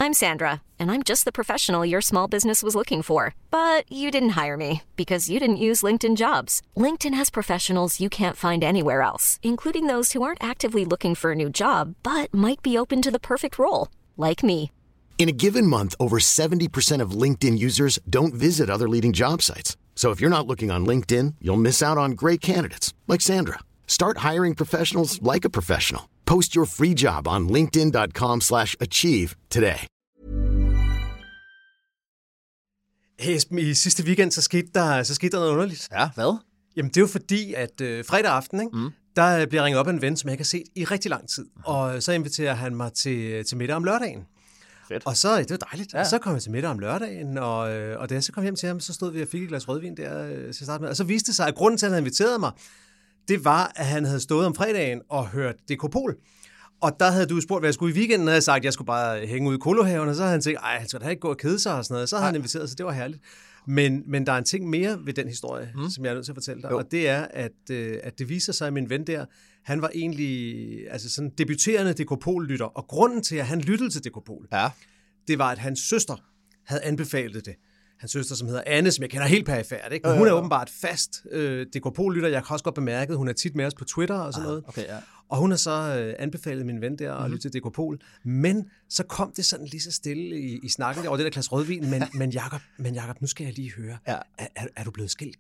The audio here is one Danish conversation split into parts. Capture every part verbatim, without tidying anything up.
I'm Sandra, and I'm just the professional your small business was looking for. But you didn't hire me because you didn't use LinkedIn Jobs. LinkedIn has professionals you can't find anywhere else, including those who aren't actively looking for a new job, but might be open to the perfect role, like me. In a given month, over seventy percent of LinkedIn users don't visit other leading job sites. So if you're not looking on LinkedIn, you'll miss out on great candidates like Sandra. Start hiring professionals like a professional. Post your free job on linkedin dot com slash achieve today. Hey Esben, i sidste weekend, så skete der, så skete der noget underligt. Ja, hvad? Jamen, det er jo fordi, at øh, fredag aften, ikke, mm. der bliver ringet op af en ven, som jeg ikke har set i rigtig lang tid. Mm. Og så inviterer han mig til, til middag om lørdagen. Fedt. Og så, det var dejligt. Ja. Og så kom jeg til middag om lørdagen, og, og da jeg så kom hjem til ham, så stod vi og fik et glas rødvin der øh, til at starte med. Og så viste det sig, at grunden til, at han havde inviteret mig, det var, at han havde stået om fredagen og hørt D K Pol. Og der havde du spurgt, hvad jeg skulle i weekenden, og jeg havde sagt, at jeg skulle bare hænge ud i Kolohaven, og så havde han tænkt, ej, han skal da ikke gå og kede sig og sådan noget. Så havde han inviteret, så det var herligt. Men, men der er en ting mere ved den historie, mm. som jeg er nødt til at fortælle dig, jo. Og det er, at, øh, at det viser sig, at min ven der, han var egentlig altså sådan debuterende D K Pol-lytter, og grunden til, at han lyttede til D K Pol, ja. det var, at hans søster havde anbefalet det. Hans søster, som hedder Anne, som jeg kender helt perifært, ikke? Men hun er åbenbart fast øh, D K Pol-lytter. Jeg har også godt bemærket, hun er tit med os på Twitter og sådan ah, noget. Okay, ja. Og hun har så øh, anbefalet min ven der at mm-hmm. lytte til D K Pol. Men så kom det sådan lige så stille i, i snakken der over det der glas rødvin. Men, men, Jacob, men Jacob, nu skal jeg lige høre. Ja. Er, er, er du blevet skilt?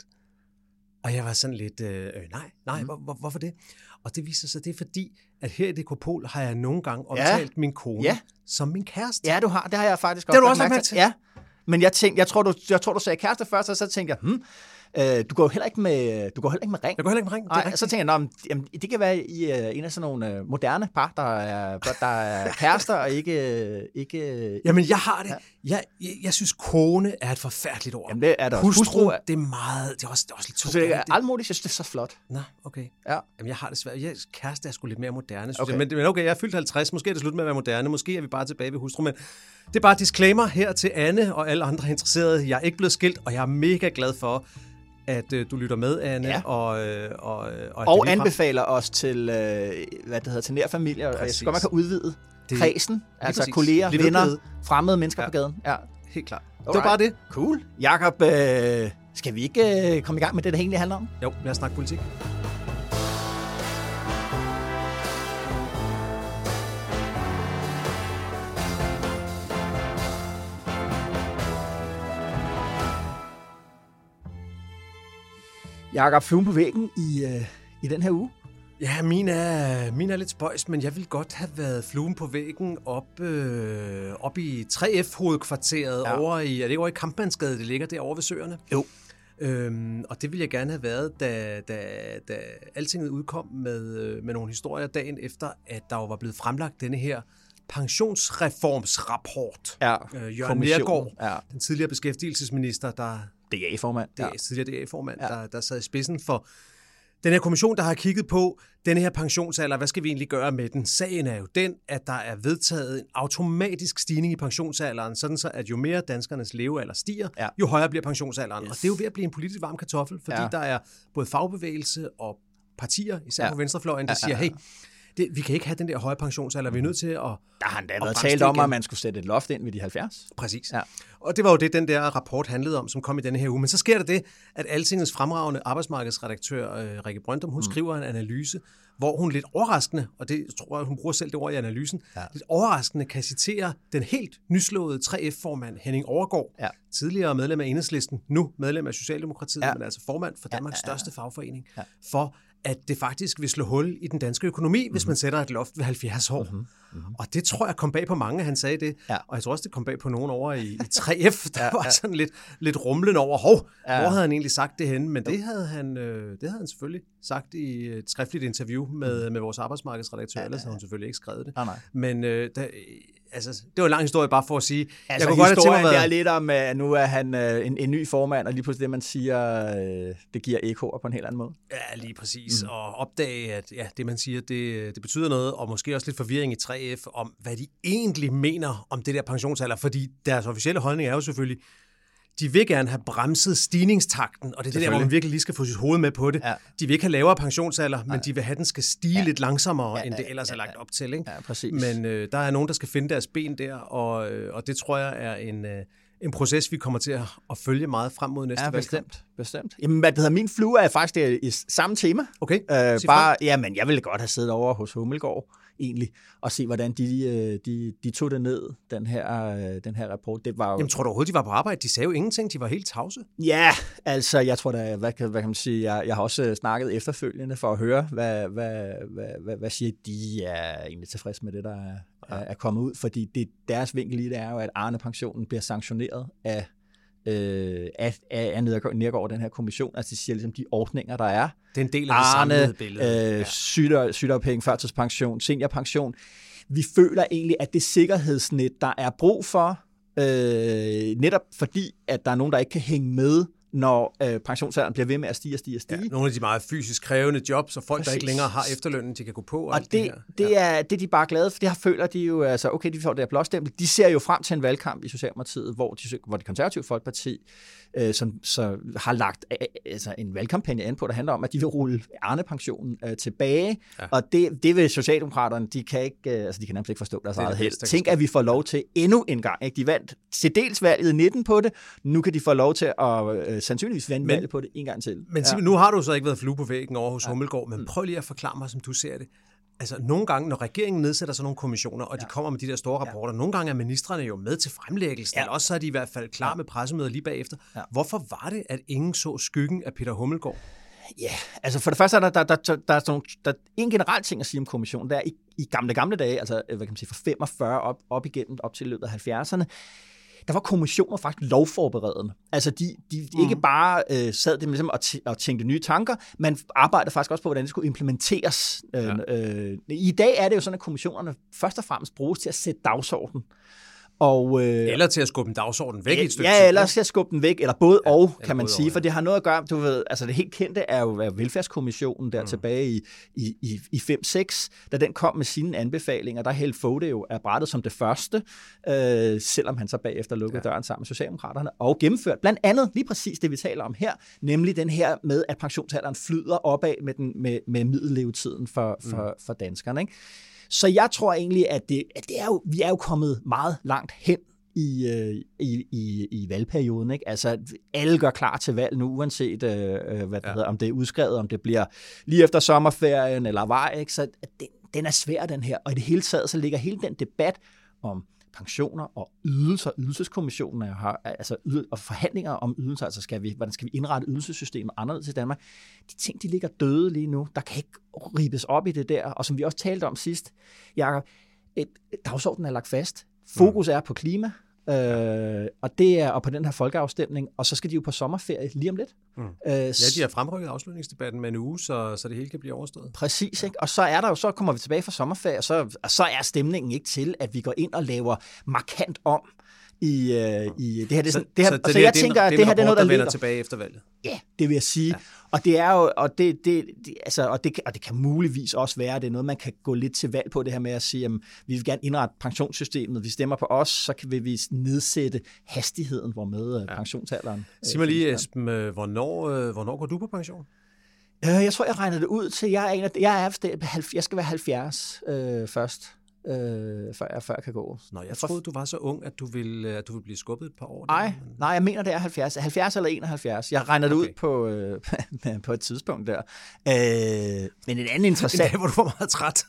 Og jeg var sådan lidt, øh, nej, nej, mm. hvor, hvor, hvorfor det? Og det viser sig, det er fordi, at her i D K Pol har jeg nogle gange omtalt ja. min kone ja. som min kæreste. Ja, du har. Det har jeg faktisk godt. Det har du også lagt mærke til? Ja. Men jeg tænkte, jeg tror, du, jeg tror, du sagde kæreste først, og så tænkte jeg, hmm, øh, du går jo heller ikke med, du går heller ikke med ring. Jeg går heller ikke med ring. Nej, så tænkte jeg, jamen, det kan være i uh, en af sådan nogle uh, moderne par, der er, der er kærester og ikke... ikke jamen, jeg har det. Ja. Jeg, jeg, jeg synes, kone er et forfærdeligt ord. Jamen, det er der også. Hustru, det er meget... Det er også, det er også lidt tungt. Så det er almodigt, jeg synes, det er så flot. Nå, okay. Ja. Jamen, jeg har det svært. Jeg, kæreste er sgu lidt mere moderne, synes okay. jeg. Men, men okay, jeg er fyldt halvtreds. Måske er det slut med at være moderne. Måske er vi bare tilbage ved hustru. Men det er bare disclaimer her til Anne og alle andre interesserede. Jeg er ikke blevet skilt, og jeg er mega glad for, at øh, du lytter med, Anne, ja. og, øh, og, og, og anbefaler frem. os til, øh, hvad det hedder, til nær familie, og jeg synes godt, man kan udvide det, kredsen, altså præcis. kolleger, det venner, ved. fremmede mennesker ja. på gaden. Ja, helt klart. Alright. Det var bare det. Cool. Jakob, øh, skal vi ikke øh, komme i gang med det, det egentlig handler om? Jo, lad os snakke politik. Jakob, fluen på væggen i, øh, i den her uge? Ja, min er, min er lidt spøjs, men jeg ville godt have været fluen på væggen op, øh, op i tre F-hovedkvarteret ja. over i, er det over i Kampmannsgade, det ligger derovre ved Søerne? Jo. Øhm, og det ville jeg gerne have været, da, da, da Altinget udkom med, med nogle historier dagen efter, at der jo var blevet fremlagt denne her pensionsreformsrapport. Ja, øh, Jørgen Neergaard, ja. den tidligere beskæftigelsesminister, der... D A-formand. Det er ja. tidligere D A-formand, ja. der, der sad i spidsen for den her kommission, der har kigget på denne her pensionsalder. Hvad skal vi egentlig gøre med den? Sagen er jo den, at der er vedtaget en automatisk stigning i pensionsalderen, sådan så at jo mere danskernes levealder stiger, ja. jo højere bliver pensionsalderen. Yes. Og det er jo ved at blive en politisk varm kartoffel, fordi ja. der er både fagbevægelse og partier, især ja. på venstrefløjen, der ja, ja, ja. siger, hey, det, vi kan ikke have den der høje pensionsalder, vi er nødt til at... Der har endda været talt om, at man skulle sætte et loft ind ved de halvfjerds. Præcis. Ja. Og det var jo det, den der rapport handlede om, som kom i denne her uge. Men så sker der det, at Altingets fremragende arbejdsmarkedsredaktør, øh, Rikke Brøndum, hun mm. skriver en analyse, hvor hun lidt overraskende, og det tror jeg, hun bruger selv det ord i analysen, ja. lidt overraskende kan citere den helt nyslåede tre F-formand Henning Overgaard, ja. tidligere medlem af Enhedslisten, nu medlem af Socialdemokratiet, ja. men altså formand for Danmarks ja, ja, ja. største fagforening, ja. for at det faktisk vil slå hul i den danske økonomi, mm-hmm. hvis man sætter et loft ved halvfjerds år. Mm-hmm. Mm-hmm. Og det tror jeg kom bag på mange, han sagde det. Ja. Og jeg tror også, det kom bag på nogen over i, i tre F, der ja, var ja. sådan lidt, lidt rumlen over, hov, ja. hvor havde han egentlig sagt det henne? Men det havde, han, øh, det havde han selvfølgelig sagt i et skriftligt interview med, med vores arbejdsmarkedsredaktør, ja, ja, ja. ellers havde hun selvfølgelig ikke skrevet det. Ja, nej. Men øh, der, altså, det var en lang historie bare for at sige, altså, jeg kunne godt have tænkt mig, der er lidt om, at nu er han øh, en, en ny formand, og lige pludselig det, man siger, øh, det giver ekoer på en helt anden måde. Ja, lige præcis. Mm. Og opdage, at ja, det man siger, det, det betyder noget, og måske også lidt forvirring i tre F om, hvad de egentlig mener om det der pensionsalder, fordi deres officielle holdning er jo selvfølgelig, de vil gerne have bremset stigningstakten, og det er det der, hvor man virkelig lige skal få sit hoved med på det. Ja. De vil ikke have lavere pensionsalder, men de vil have, den skal stige ja. lidt langsommere, ja, end det ellers ja, ja, ja. er lagt op til. Ikke? Ja, præcis. Men øh, der er nogen, der skal finde deres ben der, og, øh, og det tror jeg er en... Øh, en proces, vi kommer til at, at følge meget frem mod næste ja, valgkamp. bestemt, bestemt. Jamen, hvad det hedder, min flue er faktisk det, i samme tema. Okay, øh, bare, jamen, jeg ville godt have siddet over hos Hummelgaard, egentlig, og se, hvordan de, de, de tog det ned, den her, den her rapport. Det var jo... Jamen, tror du overhovedet, de var på arbejde? De sagde jo ingenting, de var helt tavse. Ja, altså, jeg tror da, hvad kan, hvad kan man sige, jeg, jeg har også snakket efterfølgende for at høre, hvad, hvad, hvad, hvad, hvad siger de, er egentlig tilfredse med det, der er, ja. er kommet ud, fordi det, deres vinkel i det er jo, at Arne-pensionen bliver sanktioneret af Øh, at, at nedgår den her kommission. Altså de siger ligesom, de ordninger, der er. Det er en del af det samlede billede. Øh, ja. Sygedagpenge, førtidspension, seniorpension. Vi føler egentlig, at det sikkerhedsnet, der er brug for, øh, netop fordi, at der er nogen, der ikke kan hænge med, når øh, pensionsalderen bliver ved med at stige og stige og stige. Ja, nogle af de meget fysisk krævende jobs, og folk, Præcis. der ikke længere har efterlønnen, de kan gå på. Og, og det, det, det, ja. er, det er de bare glade for. Det har føler de jo, altså okay, de får det her blåstempel. De ser jo frem til en valgkamp i Socialdemokratiet, hvor, de, hvor det konservative folkeparti, øh, som så har lagt øh, altså en valgkampagne an på, der handler om, at de vil rulle Arne-pensionen øh, tilbage. Ja. Og det, det vil Socialdemokraterne, de kan ikke, øh, altså de kan nærmest ikke forstå deres eget held. Tænk, at vi får lov til endnu en gang. Ikke? De vandt til dels valget i nitten på det. Nu kan de få lov til at øh, sandsynligvis vende valget på det en gang til. Men ja. Nu har du så ikke været flue på væggen over hos ja. Hummelgaard, men prøv lige at forklare mig, som du ser det. Altså nogle gange, når regeringen nedsætter sådan nogle kommissioner, og ja. de kommer med de der store rapporter, ja. nogle gange er ministrene jo med til fremlæggelsen, ja. eller også så er de i hvert fald klar ja. med pressemøder lige bagefter. Ja. Hvorfor var det, at ingen så skyggen af Peter Hummelgaard? Ja, altså for det første er der, der, der, der, der, er sådan, der er en generel ting at sige om kommissionen. Der er i, i gamle, gamle dage, altså hvad kan man sige, fra femogfyrre op, op igennem, op til løbet af halvfjerdserne, der var kommissioner faktisk lovforberedende. Altså, de, de mm. ikke bare øh, sad det ligesom og, t- og tænkte nye tanker, man arbejdede faktisk også på, hvordan det skulle implementeres. Ja. Øh, I dag er det jo sådan, at kommissionerne først og fremmest bruges til at sætte dagsordenen. Og, øh, eller til at skubbe en dagsorden væk ja, i et stykke. Ja, eller til at skubbe den væk, eller både ja, og, kan man sige, over, ja. for det har noget at gøre, du ved, altså det helt kendte er jo velfærdskommissionen der mm. tilbage i, i, i, i fem seks, da den kom med sine anbefalinger, der hældte Fogh jo af brættet som det første, øh, selvom han så bagefter lukkede ja. døren sammen med Socialdemokraterne, og gennemført blandt andet lige præcis det, vi taler om her, nemlig den her med, at pensionsalderen flyder opad med, den, med, med middellevetiden for, for, mm. for danskerne, ikke? Så jeg tror egentlig, at, det, at det er jo, vi er jo kommet meget langt hen i, i, i, i valgperioden. Ikke? Altså, alle gør klar til valg nu, uanset øh, hvad det ja. hedder, om det er udskrevet, om det bliver lige efter sommerferien eller vej. Ikke? Så den, den er svær, den her. Og i det hele taget, så ligger hele den debat om pensioner og ydelser, ydelseskommissionen har, altså yd, og forhandlinger om ydelser, altså skal vi, hvordan skal vi indrette ydelsessystemet anderledes i Danmark, de ting, de ligger døde lige nu, der kan ikke ribes op i det der, og som vi også talte om sidst, Jacob, et, et dagsorden er lagt fast, fokus mm. er på klima, øh, og det er og på den her folkeafstemning, og så skal de jo på sommerferie lige om lidt. Mm. Øh, ja, de har fremrykket afslutningsdebatten med en uge, så, så det hele kan blive overstået. Præcis, ikke? Og så er der jo, så kommer vi tilbage fra sommerferie, og så, og så er stemningen ikke til, at vi går ind og laver markant om i, øh, i det her. Det, så, det her, så det, så jeg det, tænker, det, det, det her det er noget, der, der vender ligger tilbage efter valget. Ja, det vil jeg sige. Ja. Og det er jo, og det, det, det, altså, og det, og det kan muligvis også være, det er noget, man kan gå lidt til valg på, det her med at sige, at vi vil gerne indrette pensionssystemet, vi stemmer på os, så kan vi nedsætte hastigheden, hvor med ja. pensionsalderen. Sig mig lige, Esben, hvornår, hvornår går du på pension? Jeg tror, jeg regner det ud til, jeg er en af, jeg er, jeg skal være halvfjerds øh, først. Øh, før, jeg, før jeg kan gå. Nå, jeg, jeg troede, du var så ung, at du ville, at du ville blive skubbet et par år. Nej, der, men... nej, jeg mener, det er halvfjerds. halvfjerds eller enoghalvfjerds. Jeg regner det okay. ud på, øh, på et tidspunkt der. Øh, men en anden interessant... En dag, hvor du var meget træt.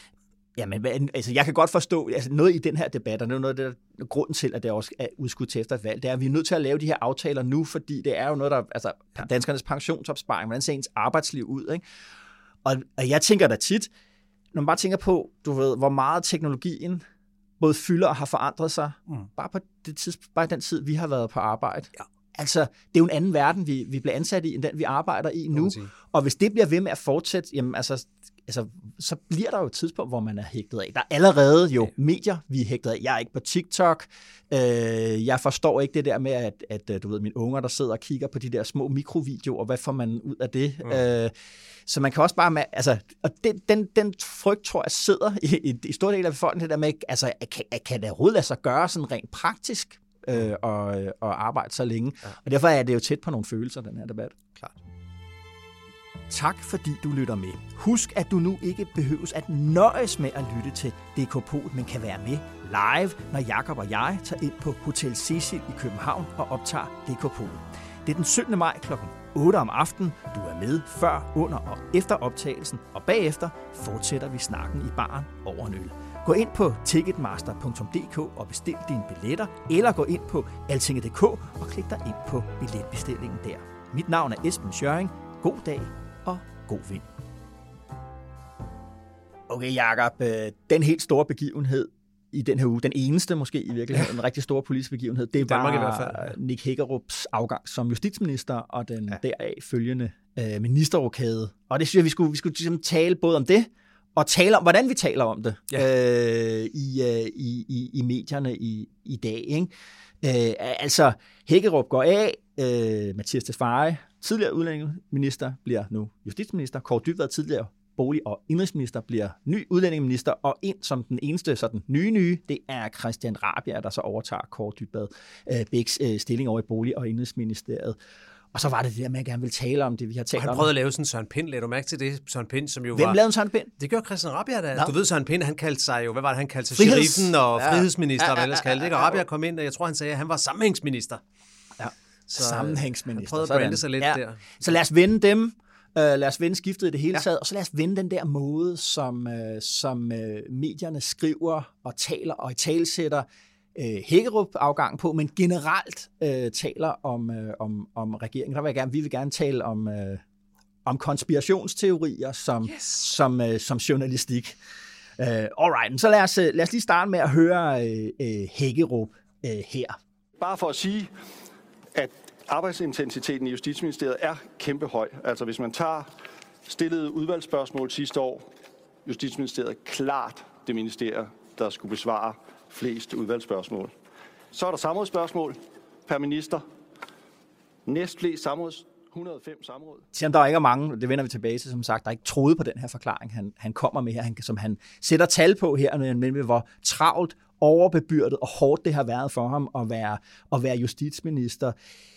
Jamen, altså, jeg kan godt forstå, altså noget i den her debat, og noget af det, der, grunden til, at det også er udskudt til efter et valg, det er, at vi er nødt til at lave de her aftaler nu, fordi det er jo noget, der, altså danskernes pensionsopsparing, hvordan ser ens arbejdsliv ud, ikke? Og, og jeg tænker da tit, når man bare tænker på, du ved, hvor meget teknologien både fylder og har forandret sig, mm. bare på det tids, bare den tid, vi har været på arbejde. Ja. Altså, det er jo en anden verden, vi, vi bliver ansat i, end den, vi arbejder i nu. Og hvis det bliver ved med at fortsætte, jamen altså, altså, så bliver der jo et tidspunkt, hvor man er hægtet af. Der er allerede jo medier, vi er hægtet af. Jeg er ikke på TikTok. Øh, jeg forstår ikke det der med, at, at du ved, mine unger, der sidder og kigger på de der små mikrovideoer, hvad får man ud af det? Mm. Øh, så man kan også bare med, altså, og det, den, den frygt, tror jeg, sidder i, i, i store del af befolkningen, det der med, altså, kan, kan det overhovedet lade sig gøre sådan rent praktisk? øh, og, og arbejde så længe. Ja. Og derfor er det jo tæt på nogle følelser, den her debat. Klart. Tak fordi du lytter med. Husk, at du nu ikke behøves at nøjes med at lytte til D K Pol, men kan være med live, når Jakob og jeg tager ind på Hotel Cecil i København og optager D K Pol. Det er den syttende maj klokken otte om aftenen. Du er med før, under og efter optagelsen, og bagefter fortsætter vi snakken i baren over en øl. Gå ind på ticketmaster punktum d k og bestil dine billetter, eller gå ind på altinget punktum d k og klik dig ind på billetbestillingen der. Mit navn er Esben Schøring. God dag og god vind. Okay, Jakob, den helt store begivenhed i den her uge, den eneste måske i virkeligheden, ja. En rigtig stor politisk begivenhed, det var i hvert fald, ja. Nick Hækkerups afgang som justitsminister og den ja. deraf følgende øh, ministerrokade. Og det synes jeg, vi skulle, vi skulle ligesom tale både om det, og tale om, hvordan vi taler om det ja. øh, i, øh, i, i, i medierne i, i dag. Ikke? Øh, altså, Hækkerup går af, øh, Mathias Tesfaye, tidligere udlændingeminister, bliver nu justitsminister, Kaare Dybvad, tidligere bolig- og indenrigsminister, bliver ny udlændingeminister, og ind som den eneste sådan nye nye, det er Christian Rabjerg, der så overtager Kaare Dybvad øh, Bæks øh, stilling over i bolig- og indenrigsministeriet. Og så var det det der med, at jeg gerne ville tale om det, vi har talt om. Han prøvede at lave sådan Søren Pind, lagde du mærke til det? Søren Pind, som jo Hvem var... lavede Søren Pind? Det gjorde Christian Rabjerg da. No. Du ved, Søren Pind, han kaldte sig jo, hvad var det, han kaldte sig? Friheds... Sheriffen og ja. frihedsminister, ja, ja, hvad ellers kaldte det. Og ja, ja, Rabjerg kom ind, og jeg tror, han sagde, at han var sammenhængsminister. Ja, så, sammenhængsminister. Han prøvede at brande sig lidt ja. der. Så lad os vende dem. Uh, lad os vende skiftet i det hele ja. taget, og så lad os vende den der måde, som, uh, som uh, medierne skriver og taler og italesætter uh, Hækkerup-afgangen på, men generelt uh, taler om, uh, om, om regeringen. Der vil jeg gerne, vi vil gerne tale om, uh, om konspirationsteorier som, yes. som, uh, som journalistik. Uh, alright, så lad os, uh, lad os lige starte med at høre uh, uh, Hækkerup uh, her. Bare for at sige, at arbejdsintensiteten i Justitsministeriet er kæmpe høj. Altså hvis man tager stillede udvalgsspørgsmål sidste år, Justitsministeriet klart det ministerium, der skulle besvare flest udvalgsspørgsmål. Så er der samrådsspørgsmål per minister. Næstflest samråds, et hundrede og fem samråd. Selvom der ikke er mange, det vender vi tilbage til, som sagt, der ikke troede på den her forklaring, han, han kommer med her, han, som han sætter tal på her, men hvor travlt, overbebyrdet og hårdt det har været for ham at være, at være justitsminister.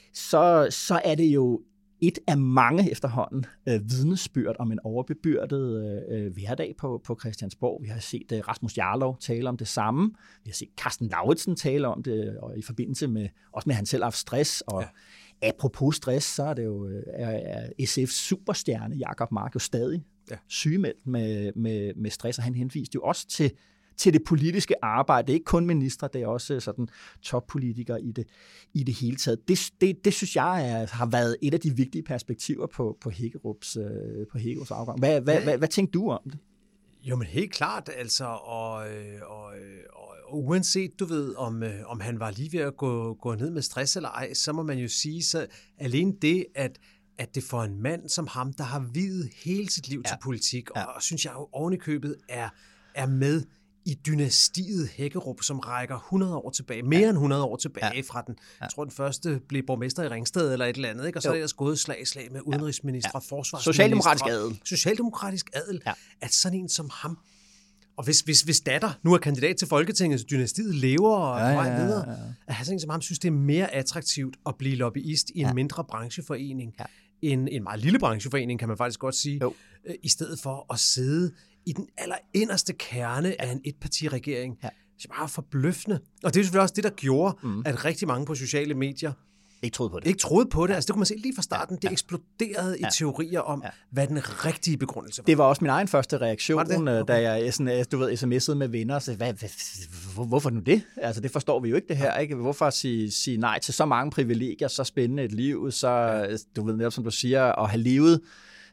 Så, så er det jo et af mange efterhånden øh, vidnesbyrd om en overbebyrdet øh, hverdag på, på Christiansborg. Vi har set øh, Rasmus Jarlov tale om det samme. Vi har set Carsten Lauritsen tale om det, og i forbindelse med, også med han selv haft stress. Og ja. Apropos stress, så er det jo er, er S F's superstjerne Jacob Mark jo stadig ja. sygemeldt med, med, med stress, og han henviste jo også til til det politiske arbejde. Det er ikke kun ministre, det er også sådan toppolitikere i det, i det hele taget. Det, det, det synes jeg er, har været et af de vigtige perspektiver på, på Hækkerups, øh, på Hækkerups afgang. Hvad, hvad, hvad, hvad tænkte du om det? Jo, men helt klart, altså, og, og, og, og uanset, du ved, om, om han var lige ved at gå, gå ned med stress eller ej, så må man jo sige, så alene det, at at det for en mand som ham, der har viet hele sit liv ja. til politik, ja. og, og synes jeg jo oven i købet er, er med i dynastiet Hækkerup, som rækker hundrede år tilbage, mere ja. end hundrede år tilbage ja. fra den. Jeg tror, den første blev borgmester i Ringsted eller et eller andet, ikke? Og så jo. er der gået slag i slag med udenrigsminister, ja. ja. forsvarsminister. Socialdemokratisk adel. Socialdemokratisk adel. Ja. At sådan en som ham, og hvis, hvis, hvis datter nu er kandidat til Folketinget, så dynastiet lever og ja, vej ja, videre, ja, ja. at have sådan en som ham, synes, det er mere attraktivt at blive lobbyist i en ja. mindre brancheforening, ja. end en meget lille brancheforening, kan man faktisk godt sige, jo. i stedet for at sidde i den allerinderste kerne ja. af en etpartiregering. Ja. Det er bare forbløffende. Og det er selvfølgelig også det, der gjorde, mm. at rigtig mange på sociale medier ikke troede på det. Ikke troede på det. Altså, det kunne man se lige fra starten. Det eksploderede ja. i teorier om, ja. hvad den rigtige begrundelse var. Det var også min egen første reaktion, okay. da jeg sådan, du ved, sms'ede med venner og sagde, hvad, hvad, hvorfor nu det? Altså, det forstår vi jo ikke, det her. Ikke? Hvorfor sige, sige nej til så mange privilegier, så spændende et liv, så, ja. du ved netop, som du siger, at have levet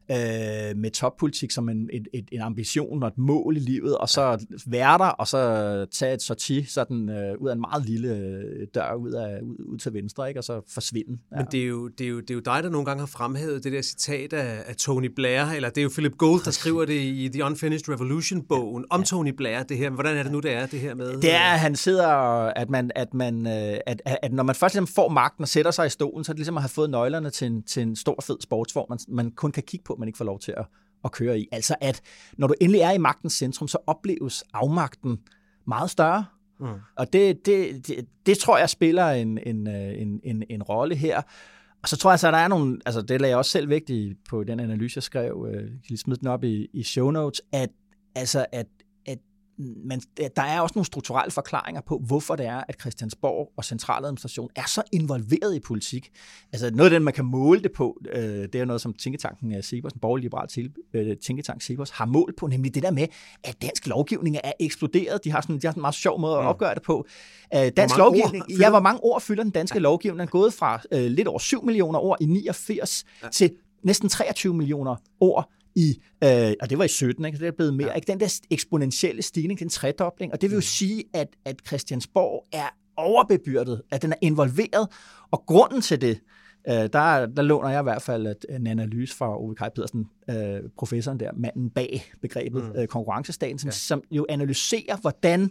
Øh, med toppolitik som en, et, et, en ambition og et mål i livet, og så være der, og så tage et sorti sådan, øh, ud af en meget lille dør ud, af, ud, ud til venstre, ikke? Og så forsvinde. Ja. Men det er, jo, det, er jo, det er jo dig, der nogle gange har fremhævet det der citat af, af Tony Blair, eller det er jo Philip Gould, der skriver det i The Unfinished Revolution-bogen, om ja. Tony Blair, det her. Hvordan er det nu, det er, det her med? Det er, at han sidder, at, man, at, man, at, at, at når man først ligesom får magten og sætter sig i stolen, så er det ligesom at have fået nøglerne til en, til en stor, fed sportsvogn, man, man kun kan kigge på, man ikke får lov til at, at køre i. Altså at når du endelig er i magtens centrum, så opleves afmagten meget større. Mm. Og det, det, det, det tror jeg spiller en, en, en, en, en rolle her. Og så tror jeg, at der er nogle, altså det lagde jeg også selv vægt i på den analyse, jeg skrev, jeg kan smide den op i, i show notes, at, altså, at, at man, der er også nogle strukturelle forklaringer på, hvorfor det er, at Christiansborg og centraladministration er så involveret i politik. Altså noget af det, man kan måle det på, øh, det er noget, som tænketanken Cepos, en borgerlig-liberal øh, tænketank Cepos, har målt på, nemlig det der med, at dansk lovgivning er eksploderet. De har sådan, de har sådan en meget sjov måde at opgøre det på. Øh, dansk lovgivning, ja, hvor mange ord fylder den danske ja. lovgivning? Den er gået fra øh, lidt over syv millioner ord i niogfirs ja. til næsten treogtyve millioner ord i, øh, og det var i sytten, ikke? Det er blevet mere. Ja. Ikke? Den der eksponentielle stigning, den tredobling, og det vil jo mm. sige, at, at Christiansborg er overbebyrdet, at den er involveret, og grunden til det, øh, der, der låner jeg i hvert fald en analyse fra Ove Kaj Pedersen, øh, professoren der, manden bag begrebet mm. øh, konkurrencestaten, som, ja. som jo analyserer, hvordan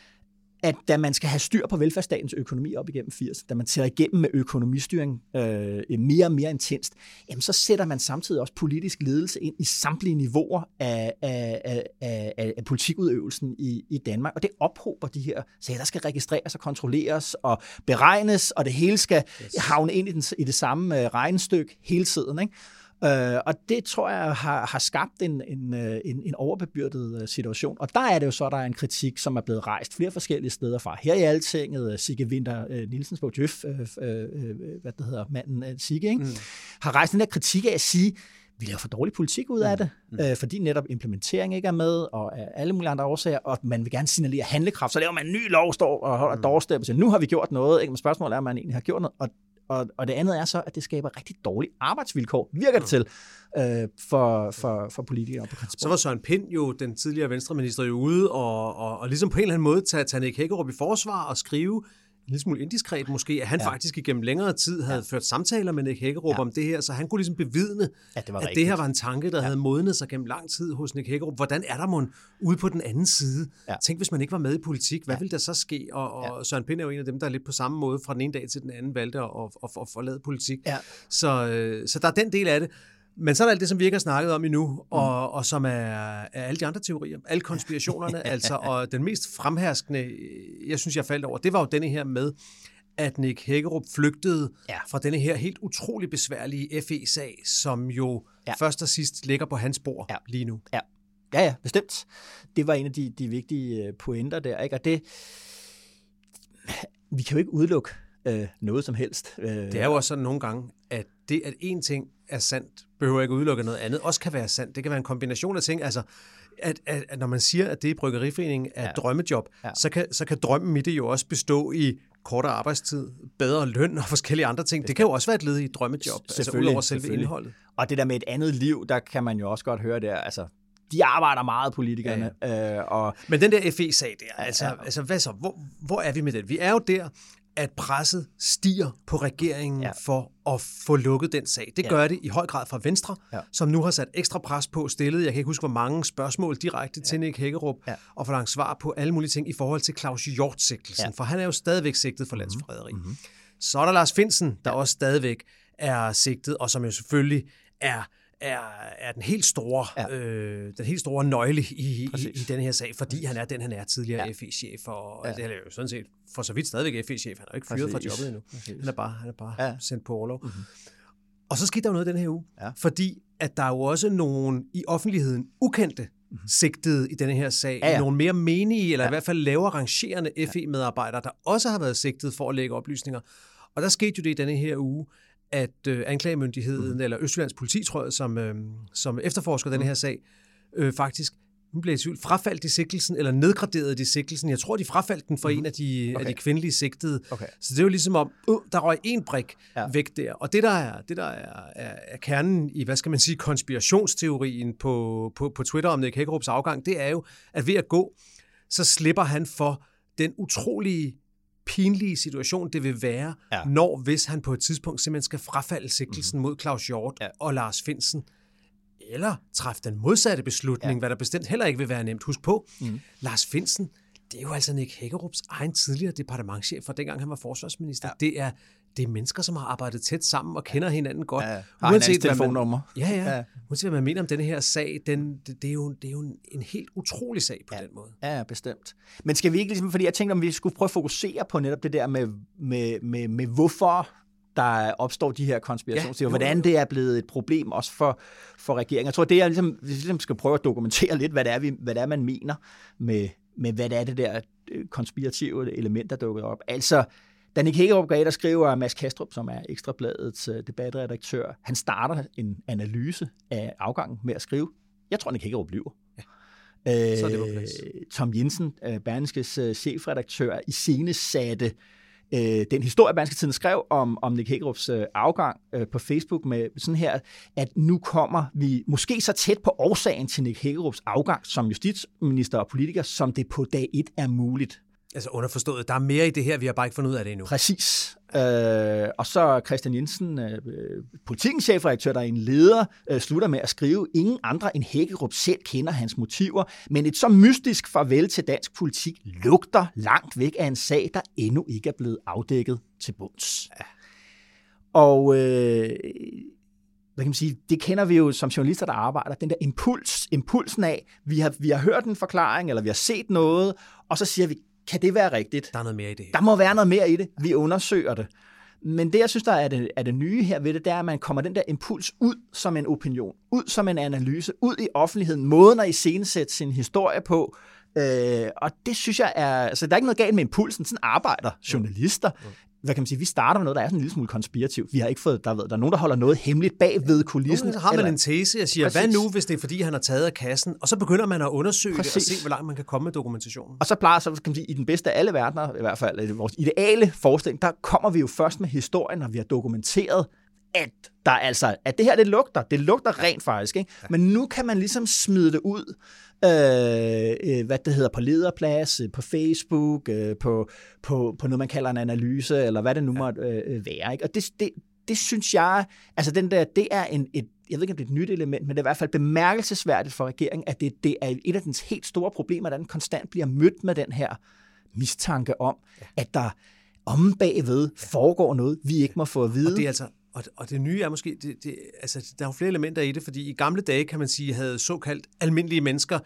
at da man skal have styr på velfærdsstatens økonomi op igennem firs, da man tager igennem med økonomistyring øh, mere og mere intenst, jamen så sætter man samtidig også politisk ledelse ind i samtlige niveauer af, af, af, af, af politikudøvelsen i, i Danmark, og det ophober de her sager, der skal registreres og kontrolleres og beregnes, og det hele skal yes. havne ind i, den, i det samme øh, regnestykke hele tiden, ikke? Uh, og det tror jeg har, har skabt en, en, en, en overbebyrdet situation. Og der er det jo så, der er en kritik, som er blevet rejst flere forskellige steder fra. Her i Altinget, Sigge Winther uh, Nielsens på Djøf, uh, uh, hvad det hedder, manden uh, Sigge, ikke? Mm. har rejst den der kritik af at sige, vi laver for dårlig politik ud af det, mm. uh, fordi netop implementering ikke er med, og af alle mulige andre årsager, og man vil gerne signalere handlekraft. Så laver man en ny lov, står og holder mm. doorstep og siger, nu har vi gjort noget, ikke? Men spørgsmålet er, om man egentlig har gjort noget, og Og, og det andet er så, at det skaber rigtig dårlige arbejdsvilkår, virker det til, øh, for, for, for politikere på Christiansborg. Så var Søren Pind jo, den tidligere venstreminister, jo ude og, og, og ligesom på en eller anden måde tage, tage Nick Hækkerup i forsvar og skrive en lille smule indiskret måske, at han ja. faktisk igennem længere tid havde ja. ført samtaler med Nick Hækkerup ja. om det her, så han kunne ligesom bevidne, ja, det at det her var en tanke, der ja. havde modnet sig gennem lang tid hos Nick Hækkerup. Hvordan er der mon ude på den anden side? Ja. Tænk, hvis man ikke var med i politik, hvad ja. ville der så ske? Og, og ja. Søren Pind er jo en af dem, der lidt på samme måde fra den ene dag til den anden valgte at, at, at, at forlade politik. Ja. Så, så der er den del af det. Men så er der alt det, som vi ikke har snakket om endnu, og, og som er, er alle de andre teorier, alle konspirationerne, altså, og den mest fremherskende, jeg synes, jeg faldt over, det var jo denne her med, at Nick Hækkerup flygtede ja. fra denne her helt utrolig besværlige F E-sag, som jo ja. først og sidst ligger på hans bord ja. lige nu. Ja. ja, ja, bestemt. Det var en af de, de vigtige pointer der, ikke? Og det, vi kan jo ikke udelukke øh, noget som helst. Det er jo også sådan nogle gange, at det, at én ting er sandt, behøver ikke udelukke noget andet, også kan være sandt. Det kan være en kombination af ting, altså, at, at, at når man siger, at det i Bryggeriforeningen er ja. drømmejob, ja. så, kan, så kan drømmen i det jo også bestå i kortere arbejdstid, bedre løn og forskellige andre ting. Det kan jo også være et led i et drømmejob, altså ud over selve indholdet. Og det der med et andet liv, der kan man jo også godt høre der, altså, de arbejder meget, politikerne. Ja, ja. Øh, og Men den der F E-sag der, altså, ja, ja. altså hvad så? Hvor, hvor er vi med det? Vi er jo der, at presset stiger på regeringen ja. for at få lukket den sag. Det ja. gør det i høj grad fra Venstre, ja. som nu har sat ekstra pres på stillet. Jeg kan ikke huske, hvor mange spørgsmål direkte ja. til Nick Hækkerup, ja. og forlangt svar på alle mulige ting i forhold til Claus Hjort-sigtelsen, ja. for han er jo stadigvæk sigtet for landsforræderi. Mm-hmm. Så er der Lars Findsen, der ja. også stadigvæk er sigtet, og som jo selvfølgelig er Er, er den helt store, ja. øh, den helt store nøgle i, i, i denne her sag, fordi Præcis. han er den, han er tidligere ja. F E-chef, og ja. det er jo sådan set for så vidt stadigvæk F E-chef. Han er jo ikke fyret fra jobbet endnu. Præcis. Han er bare, han er bare ja. sendt på orlov. Mm-hmm. Og så skete der jo noget den her uge, ja. fordi at der er jo også nogle i offentligheden ukendte mm-hmm. sigtede i denne her sag, ja, ja. nogle mere menige, eller ja. i hvert fald lavere rangerende F E-medarbejdere, der også har været sigtet for at lægge oplysninger. Og der skete jo det i denne her uge, at øh, anklagemyndigheden, mm. eller Østjyllands politi, tror jeg, som, øh, som efterforsker mm. den her sag, øh, faktisk, nu blev jeg i tvivl, frafaldt de sigtelsen, eller nedgraderede de sigtelsen. Jeg tror, de frafaldt den for mm. en af de, okay. af de kvindelige sigtede. Okay. Så det er jo ligesom om, uh, der røg en brik ja. væk der. Og det, der, er, det, der er, er, er kernen i, hvad skal man sige, konspirationsteorien på, på, på Twitter om Nick Hækkerups afgang, det er jo, at ved at gå, så slipper han for den utrolige pinlige situation, det vil være, ja. når hvis han på et tidspunkt simpelthen skal frafalde sigtelsen mm-hmm. mod Claus Hjort ja. og Lars Findsen, eller træffe den modsatte beslutning, ja. hvad der bestemt heller ikke vil være nemt. Husk på, mm. Lars Findsen, det er jo altså Nick Hækkerups egen tidligere departementschef fra dengang han var forsvarsminister. Ja. Det er det er mennesker, som har arbejdet tæt sammen og kender hinanden godt. Ja, har uanset telefonnummer. Ja, ja. ja. Uanset hvad man mener om denne her sag, den, det, det, er jo, det er jo en, en helt utrolig sag på ja. den måde. Ja, bestemt. Men skal vi ikke ligesom, fordi jeg tænkte, om vi skulle prøve at fokusere på netop det der med, med, med, med hvorfor der opstår de her konspirationsteorier, ja, hvordan det er blevet et problem også for, for regeringen. Jeg tror, det er ligesom, vi ligesom skal prøve at dokumentere lidt, hvad det er, vi, hvad det er man mener med, med, hvad det er det der konspirative element, der dukker op. Altså, da Nick Hækkerup går ind og skriver, Mads Kastrup, som er Ekstrabladets debatredaktør, han starter en analyse af afgangen med at skrive, jeg tror, Nick Hækkerup lyver. Ja. Øh, Så er det på plads. Tom Jensen, Berlingskes chefredaktør, iscenesatte øh, den historie, Berlingske Tidende skrev om, om Nick Hækkerups øh, afgang øh, på Facebook med sådan her, at nu kommer vi måske så tæt på årsagen til Nick Hækkerups afgang som justitsminister og politiker, som det på dag et er muligt. Altså underforstået, der er mere i det her, vi har bare ikke fundet ud af det endnu. Præcis. Øh, og så Christian Jensen, øh, Politikens chefredaktør, der er en leder, øh, slutter med at skrive, ingen andre end Hækkerup selv kender hans motiver, men et så mystisk farvel til dansk politik lugter langt væk af en sag, der endnu ikke er blevet afdækket til bunds. Ja. Og øh, hvad kan man sige, det kender vi jo som journalister, der arbejder, den der impuls, impulsen af, vi har, vi har hørt en forklaring, eller vi har set noget, og så siger vi, kan det være rigtigt? Der er noget mere i det. Der må være noget mere i det. Vi undersøger det. Men det, jeg synes, der er det, er det nye her ved det, det er, at man kommer den der impuls ud som en opinion, ud som en analyse, ud i offentligheden, måden at iscenesætte sin historie på. Øh, og det synes jeg er... Altså, der er ikke noget galt med impulsen. Sådan arbejder journalister. Mm. Hvad kan man sige? Vi starter med noget, der er sådan en lille smule konspirativt. Vi har ikke fået... Der, ved, der er nogen, der holder noget hemmeligt bag ved kulissen. Så har man eller, en tese og siger, præcis. Hvad nu, hvis det er, fordi han har taget af kassen? Og så begynder man at undersøge præcis. Det og se, hvor langt man kan komme med dokumentationen. Og så plejer, så kan man sige, i den bedste af alle verdener, i hvert fald i vores ideale forestilling, der kommer vi jo først med historien, når vi har dokumenteret, at der altså, at det her, det lugter. Det lugter rent faktisk, ikke? Ja. Men nu kan man ligesom smide det ud, øh, hvad det hedder, på lederplads, på Facebook, øh, på, på, på noget, man kalder en analyse, eller hvad det nu ja. måtte øh, være, ikke? Og det, det, det synes jeg, altså den der, det er en, et, jeg ved ikke, om det er et nyt element, men det er i hvert fald bemærkelsesværdigt for regeringen, at det, det er et af dens helt store problemer, at den konstant bliver mødt med den her mistanke om, ja. At der om bagved ja. Foregår noget, vi ikke må få at vide. Og det er altså Og, og det nye er måske, det, det, altså, der er jo flere elementer i det, fordi i gamle dage, kan man sige, havde såkaldt almindelige mennesker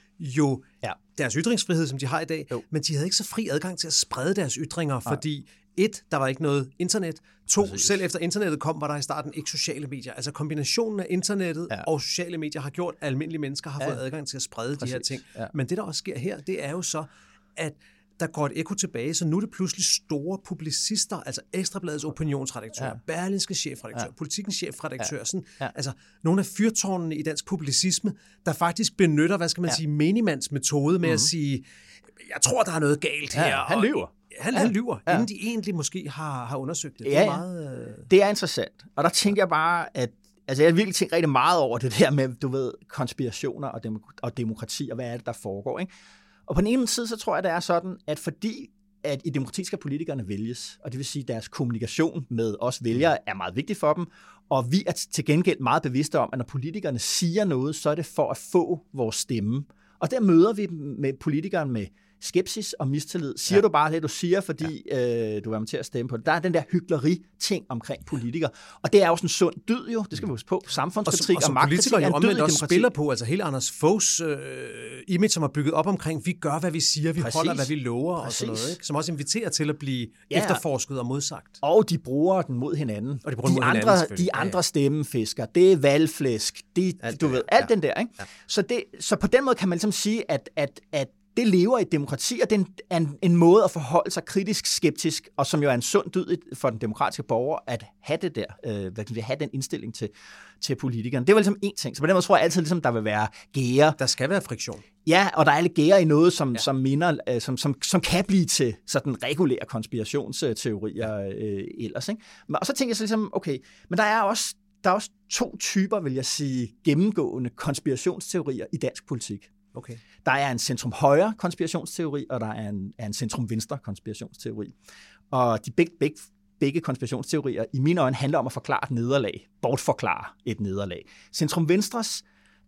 jo ja. Deres ytringsfrihed, som de har i dag, jo. Men de havde ikke så fri adgang til at sprede deres ytringer, Nej. Fordi et, der var ikke noget internet, to, Præcis. Selv efter internettet kom, var der i starten ikke sociale medier. Altså kombinationen af internettet ja. Og sociale medier har gjort, at almindelige mennesker har ja. Fået adgang til at sprede Præcis. De her ting. Ja. Men det, der også sker her, det er jo så, at der går et ekko tilbage, så nu er det pludselig store publicister, altså Ekstrabladets opinionsredaktør, ja. Berlingskes chefredaktør, ja. Politikens chefredaktør, ja. Sådan, ja. Altså nogle af fyrtårnene i dansk publicisme, der faktisk benytter, hvad skal man ja. Sige, Minimands metode med mm-hmm. at sige, jeg tror, der er noget galt her. Ja, han lyver. Han, han lyver, ja. Inden de egentlig måske har, har undersøgt det. Ja, det, er meget, øh... det er interessant. Og der tænker jeg bare, at altså jeg har virkelig tænkt rigtig meget over det der med, du ved, konspirationer og, demok- og demokrati, og hvad er det, der foregår, ikke? Og på den ene side, så tror jeg, det er sådan, at fordi at i demokrati skal politikerne vælges, og det vil sige, at deres kommunikation med os vælgere er meget vigtig for dem, og vi er til gengæld meget bevidste om, at når politikerne siger noget, så er det for at få vores stemme. Og der møder vi med politikeren med skepsis og mistillid. Siger ja. Du bare det, du siger, fordi ja. øh, du er med til at stemme på det. Der er den der hykleri-ting omkring politikere. Og det er jo sådan en sund dyd jo, det skal vi huske på. Samfundskritik og, og, og magtkritik er en dyd i demokrati. Spiller på, altså hele Anders Foghs øh, image, som er bygget op omkring, vi gør, hvad vi siger, vi Præcis. Holder, hvad vi lover Præcis. Og sådan noget, ikke? Som også inviterer til at blive ja. Efterforsket og modsagt. Og de bruger den mod hinanden. Og de, bruger de, mod andre, hinanden, de andre ja, ja. Stemmefisker, det er valgflæsk, de, alt du det, ved, alt ja. Den der. Ikke? Ja. Så, det, så på den måde kan man ligesom sige, at, at, at det lever i et demokrati, og det er en, en måde at forholde sig kritisk skeptisk, og som jo er en sund dyd for den demokratiske borger, at have det der, øh, hvad kan vi have den indstilling til, til politikerne. Det var ligesom én ting. Så på den måde tror jeg altid, ligesom, der vil være gære. Der skal være friktion. Ja, og der er lidt gære i noget, som, ja. som, minder, øh, som, som, som kan blive til sådan regulære konspirationsteorier øh, ellers. Ikke? Men, og så tænker jeg så ligesom, okay, men der er også, der er også to typer, vil jeg sige, gennemgående konspirationsteorier i dansk politik. Okay. Der er en centrum-højre konspirationsteori, og der er en, er en centrum-venstre konspirationsteori. Og de begge, begge, begge konspirationsteorier i mine øjne handler om at forklare et nederlag, bortforklare et nederlag. Centrum-venstres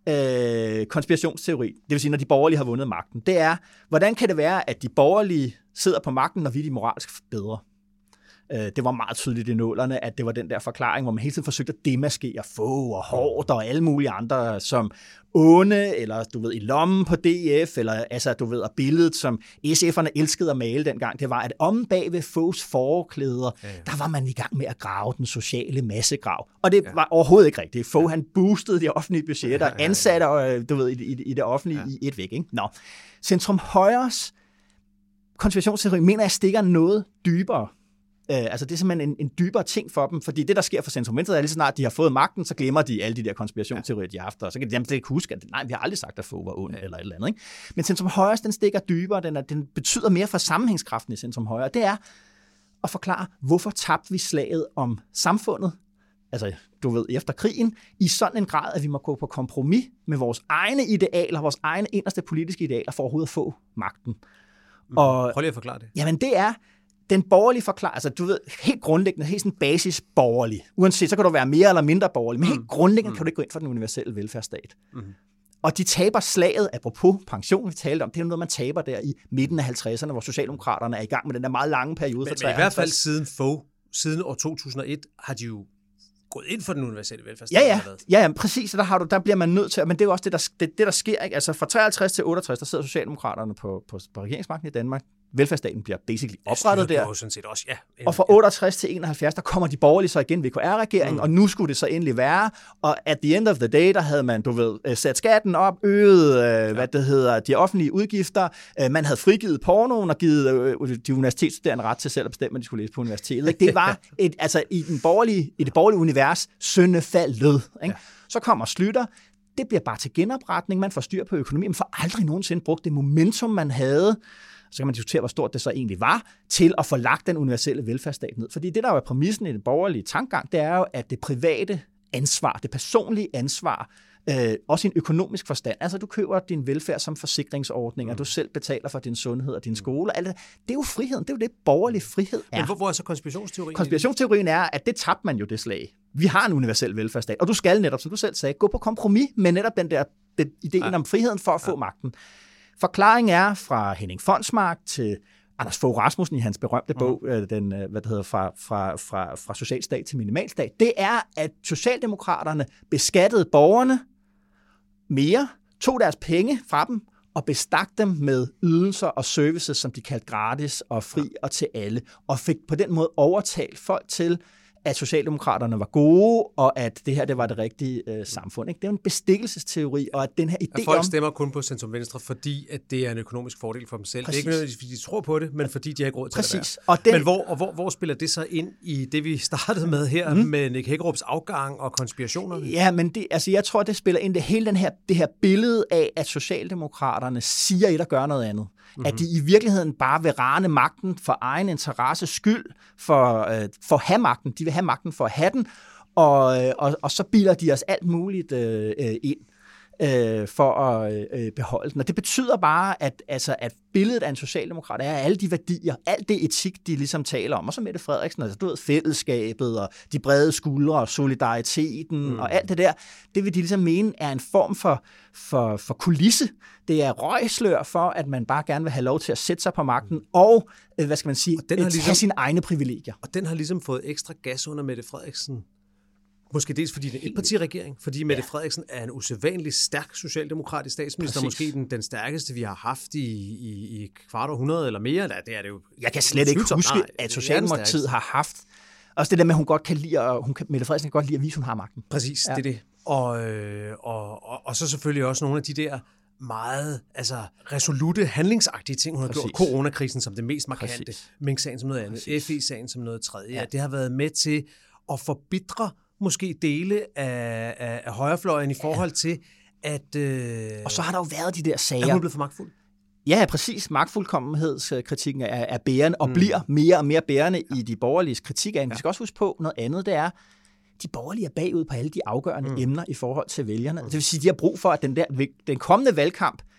øh, konspirationsteori, det vil sige, når de borgerlige har vundet magten, det er, hvordan kan det være, at de borgerlige sidder på magten, når vi er de moralsk bedre? Det var meget tydeligt i nullerne, at det var den der forklaring, hvor man hele tiden forsøgte at demaskere Fogh og Haarder og alle mulige andre som onde, eller du ved, i lommen på D F, eller altså, du ved, og billedet, som S F'erne elskede at male dengang, det var, at om bag ved Foghs forklæder, ja, ja. der var man i gang med at grave den sociale massegrav. Og det ja. var overhovedet ikke rigtigt. Fogh, han boostede de offentlige budgetter, ja, ja, ja. ansatte, du ved, i, i, i det offentlige ja. i et væk. Ikke? Nå. Centrum Højres konspirationsteori mener jeg stikker noget dybere. Uh, altså det er simpelthen en, en dybere ting for dem, fordi det, der sker for centrum venstre, er lige så snart de har fået magten, så glemmer de alle de der konspirationsteorier, de har haft, og så kan de jamen, ikke huske, at nej, vi har aldrig sagt, at Fogh var ond, ja. eller et eller andet. Ikke? Men centrum højre, den stikker dybere, den, er, den betyder mere for sammenhængskraften i centrum højre. Det er at forklare, hvorfor tabte vi slaget om samfundet, altså du ved, efter krigen, i sådan en grad, at vi må gå på kompromis med vores egne idealer, vores egne inderste politiske idealer, for overhovedet at få magten. Mm. Og, prøv lige at forklare det. Jamen det er den borgerlige forklaring, altså du ved, helt grundlæggende, helt sådan basis borgerlig. Uanset, så kan du være mere eller mindre borgerlig, men helt mm. grundlæggende mm. kan du ikke gå ind for den universelle velfærdsstat. Mm. Og de taber slaget, apropos pension, vi talte om, det er noget, man taber der i midten af halvtredserne, hvor Socialdemokraterne er i gang med den der meget lange periode. Men, for men i hvert fald siden Fogh, siden år to tusind og et, har de jo gået ind for den universelle velfærdsstat. Ja, ja, ja, ja, præcis, og der, har du, der bliver man nødt til, men det er jo også det, der, det, det, der sker, ikke? Altså fra treoghalvtreds til otteogtres, der sidder Socialdemokraterne på, på, på regeringsmagten i Danmark. Velfærdsstaten bliver basically oprettet der. Sådan set også, ja. Og fra otteogtres til enoghalvfjerds, der kommer de borgerlige så igen V K R-regeringen, mm. og nu skulle det så endelig være. Og at the end of the day, der havde man, du ved, sat skatten op, øget, øh, ja. hvad det hedder, de offentlige udgifter. Man havde frigivet pornoen og givet øh, de universitetsstuderende ret til selv at bestemme, at de skulle læse på universitetet. Det var et, altså i, den borgerlige, i det borgerlige univers syndefaldet. Ja. Så kommer Schlüter. Det bliver bare til genopretning. Man får styr på økonomien. Man får aldrig nogensinde brugt det momentum, man havde. Så kan man diskutere, hvor stort det så egentlig var, til at få lagt den universelle velfærdsstat ned. Fordi det, der er præmissen i den borgerlige tankegang, det er jo, at det private ansvar, det personlige ansvar, øh, også i en økonomisk forstand, altså du køber din velfærd som forsikringsordninger, mm. du selv betaler for din sundhed og din skole, alt det, det er jo friheden, det er jo det, borgerlig frihed er. Men hvor, hvor er så konspirationsteorien? Konspirationsteorien er, at det tabte man jo det slag. Vi har en universel velfærdsstat, og du skal netop, som du selv sagde, gå på kompromis med netop den der den, ideen ja. om friheden for at ja. få magten. Forklaringen er fra Henning Fonsmark til Anders Fogh Rasmussen i hans berømte bog, mm. den, hvad det hedder, fra, fra, fra, fra socialstat til minimalstat, det er, at Socialdemokraterne beskattede borgerne mere, tog deres penge fra dem og bestak dem med ydelser og services, som de kaldte gratis og fri og til alle, og fik på den måde overtalt folk til, at Socialdemokraterne var gode, og at det her det var det rigtige øh, samfund. Ikke? Det er jo en bestikkelsesteori, og at den her idé om... At folk stemmer kun på centrum venstre, fordi at det er en økonomisk fordel for dem selv. Præcis. Det er ikke nødvendigvis, fordi de tror på det, men fordi de har ikke råd til Præcis. at være. Og den... Men hvor, og hvor, hvor spiller det så ind i det, vi startede med her, mm. med Nick Hækkerups afgang og konspirationerne? Ja, men det, altså, jeg tror, det spiller ind det hele den her, det her billede af, at Socialdemokraterne siger et og gør noget andet. Mm-hmm. At de i virkeligheden bare vil rane magten for egen interesse skyld, for, øh, for at have magten. De vil have magten for at have den, og, og, og så bilder de os alt muligt øh, ind øh, for at øh, beholde den. Og det betyder bare, at, altså, at billedet af en socialdemokrat er alle de værdier, alt det etik, de ligesom taler om, og så Mette Frederiksen, altså du ved, fællesskabet og de brede skuldre, solidariteten mm. og alt det der, det vil de ligesom mene er en form for, for, for kulisse. Det er røgslør for, at man bare gerne vil have lov til at sætte sig på magten og, hvad skal man sige, tage ligesom, sine egne privilegier. Og den har ligesom fået ekstra gas under Mette Frederiksen. Måske dels fordi det er en etpartiregering, fordi Mette ja. Frederiksen er en usædvanlig stærk socialdemokratisk statsminister, Præcis. måske den, den stærkeste, vi har haft i, i, i kvart århundrede eller mere. Eller, det er det jo. Jeg kan slet ikke huske, Nej, at Socialdemokratiet har haft, også det der med, at hun godt kan lide, og hun kan, Mette Frederiksen kan godt lide at vise, at hun har magten. Præcis, ja. det er det. Og, øh, og, og, og så selvfølgelig også nogle af de der meget altså resolute, handlingsagtige ting, hun har Præcis. gjort. Coronakrisen som det mest markante, Mink-sagen som noget andet, Præcis. F E-sagen som noget tredje. Ja. Det har været med til at forbitre måske dele af, af, af højrefløjen i forhold til, at... Øh, og så har der jo været de der sager. Er hun blevet for magtfuld? Ja, præcis. Magtfuldkommenhedskritikken er, er bærende, og mm. bliver mere og mere bærende i de borgerliges kritik af hende. Ja. Vi skal også huske på noget andet, det er, de borgerlige er bagud på alle de afgørende mm. emner i forhold til vælgerne. Det vil sige, de har brug for, at den, der, den kommende valgkamp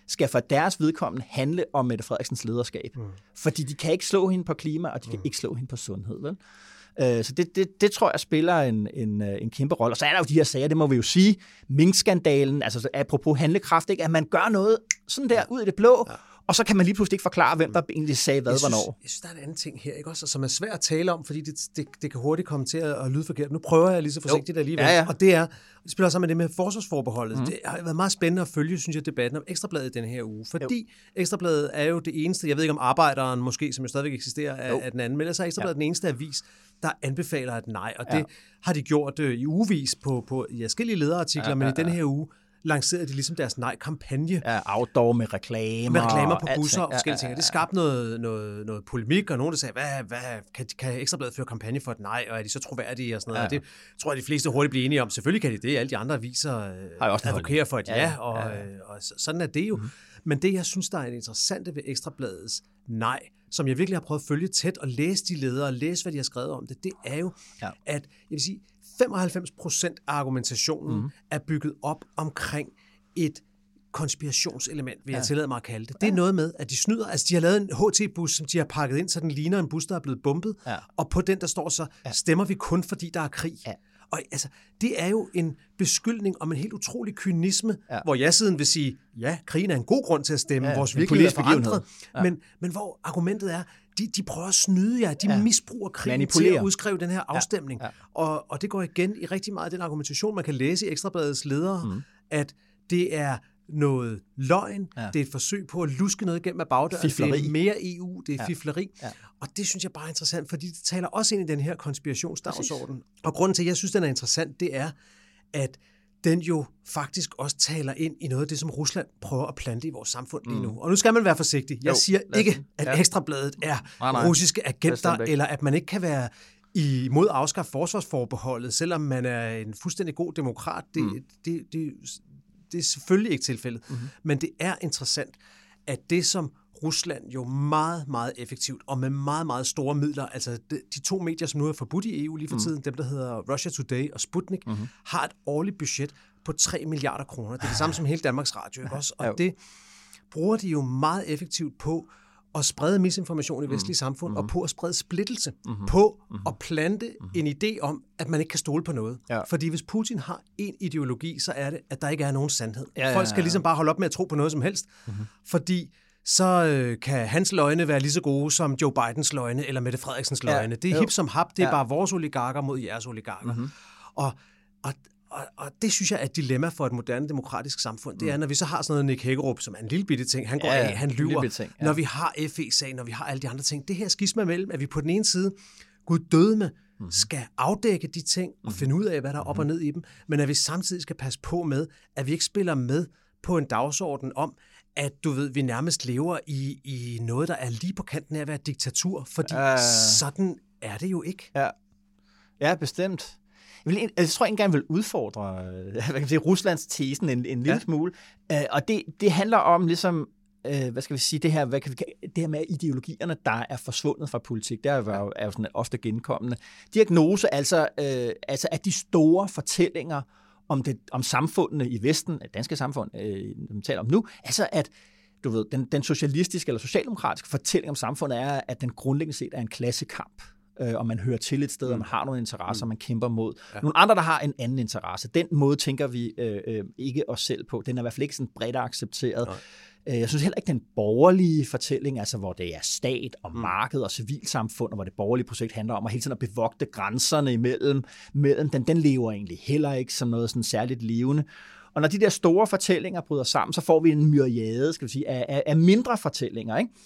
skal for deres vedkommende handle om Mette Frederiksens lederskab. Mm. Fordi de kan ikke slå hende på klima, og de kan mm. ikke slå hende på sundhed, vel? Så det, det, det tror jeg spiller en, en, en kæmpe rolle. Og så er der jo de her sager, det må vi jo sige, minkskandalen, altså apropos handlekraft, ikke? At man gør noget sådan der ud i det blå, ja. Og så kan man lige pludselig ikke forklare, hvem der egentlig sagde hvad, jeg synes, hvornår. Jeg synes, der er en anden ting her, ikke også, som er svært at tale om, fordi det, det, det kan hurtigt komme til at lyde forkert. Nu prøver jeg lige så forsigtigt alligevel. Ja, ja. Og det er, det spiller sammen med det med forsvarsforbeholdet. Mm. Det har været meget spændende at følge, synes jeg, debatten om Ekstrabladet den her uge. Fordi jo. Ekstrabladet er jo det eneste, jeg ved ikke om Arbejderen måske, som jo stadigvæk eksisterer, er, er den anden, men ellers er Ekstrabladet ja. den eneste avis, der anbefaler et nej. Og det ja. har de gjort øh, i ugevis på, på i forskellige lederartikler, ja, men ja, ja. i den her uge lancerede de ligesom deres nej-kampagne. Ja, outdoor med reklamer. Med reklamer på busser og forskellige ting. Det skabte noget, noget, noget polemik, og nogen der sagde, hvad, hvad kan, kan Ekstrabladet føre kampagne for et nej, og er de så troværdige og sådan noget. Ja. Og det tror jeg, de fleste hurtigt bliver enige om. Selvfølgelig kan de det. Alle de andre aviser advokerer for et ja, ja og, ja, ja. og sådan er det jo. Mm-hmm. Men det, jeg synes, der er interessant ved Ekstrabladets nej, som jeg virkelig har prøvet at følge tæt og læse de ledere og læse, hvad de har skrevet om det, det er jo, ja. at jeg vil sige, femoghalvfems procent af argumentationen mm. er bygget op omkring et konspirationselement, vil jeg ja. tillade mig at kalde det. Det er noget med, at de snyder. Altså, de har lavet en H T-bus, som de har pakket ind, så den ligner en bus, der er blevet bombet. Ja. Og på den, der står så, ja. stemmer vi kun, fordi der er krig. Ja. Og altså, det er jo en beskyldning om en helt utrolig kynisme, ja. hvor jeg siden vil sige, ja, krigen er en god grund til at stemme, ja, vores virkelighed er forandret. Ja. Men, men hvor argumentet er, de, de prøver at snyde jer, de ja. misbruger krigen til at udskrive den her afstemning. Ja. Ja. Og, og det går igen i rigtig meget den argumentation, man kan læse i Ekstrabladets ledere, mm. at det er noget løgn, ja. det er et forsøg på at luske noget igennem af bagdøren, det er mere E U, det er ja. fifleri. Ja. Og det synes jeg bare er interessant, fordi det taler også ind i den her konspirationsdagsorden. Og grunden til, at jeg synes, den er interessant, det er, at den jo faktisk også taler ind i noget af det, som Rusland prøver at plante i vores samfund lige nu. Mm. Og nu skal man være forsigtig. Jeg jo, siger ikke, at ja. Ekstrabladet er nej, nej. russiske agenter, eller at man ikke kan være imod at afskaffe forsvarsforbeholdet, selvom man er en fuldstændig god demokrat. Det, mm. det, det, det er selvfølgelig ikke tilfældet. Mm-hmm. Men det er interessant, at det, som Rusland jo meget, meget effektivt, og med meget, meget store midler, altså de, de to medier, som nu er forbudt i E U lige for tiden, mm. dem der hedder Russia Today og Sputnik, mm-hmm. har et årligt budget på tre milliarder kroner. Det er det samme som hele Danmarks Radio, ikke også? Og det bruger de jo meget effektivt på at sprede misinformation i vestlige mm. samfund, mm. og på at sprede splittelse, mm-hmm. på mm-hmm. at plante mm-hmm. en idé om, at man ikke kan stole på noget. Ja. Fordi hvis Putin har en ideologi, så er det, at der ikke er nogen sandhed. Ja, ja, ja, ja. Folk skal ligesom bare holde op med at tro på noget som helst, mm-hmm. fordi så øh, kan hans løgne være lige så gode som Joe Bidens løgne, eller Mette Frederiksens løgne. Ja. Det er jo. hip som hap, det er ja. bare vores oligarker mod jeres oligarker. Mm-hmm. Og, og Og, og det synes jeg er et dilemma for et moderne demokratisk samfund. Det er, når vi så har sådan noget Nick Hækkerup, som er en lille bitte ting, han går ja, af, han lyver. Ting, ja. Når vi har F E-sagen, når vi har alle de andre ting. Det her skisma mellem, at vi på den ene side, Gud døde med, mm-hmm. skal afdække de ting og finde ud af, hvad der er op og ned i dem, men at vi samtidig skal passe på med, at vi ikke spiller med på en dagsorden om, at du ved, vi nærmest lever i, i noget, der er lige på kanten af at være diktatur, fordi uh... sådan er det jo ikke. Ja, ja bestemt. Jeg, vil, jeg tror, jeg ikke engang vil udfordre hvad kan man sige, Ruslands tesen en, en lille ja. smule. Uh, og det, det handler om ligesom, uh, hvad skal vi sige, det her, hvad kan vi, det her med ideologierne, der er forsvundet fra politik. Det er jo, er jo sådan ofte genkommende. Diagnose, altså, uh, altså at de store fortællinger om, det, om samfundene i Vesten, det danske samfund, uh, vi taler om nu, altså at du ved, den, den socialistiske eller socialdemokratiske fortælling om samfundet er, at den grundlæggende set er en klassekamp. Og man hører til et sted, og man har nogle interesser, man kæmper mod. Ja. Nogle andre, der har en anden interesse. Den måde tænker vi øh, øh, ikke os selv på. Den er i hvert fald ikke sådan bredt accepteret. Nej. Jeg synes heller ikke, den borgerlige fortælling, altså hvor det er stat og marked og civilsamfund, og hvor det borgerlige projekt handler om at hele tiden at bevogte grænserne imellem, mellem, den, den lever egentlig heller ikke som noget sådan særligt levende. Og når de der store fortællinger bryder sammen, så får vi en myriade, skal vi sige, af, af, af mindre fortællinger, ikke?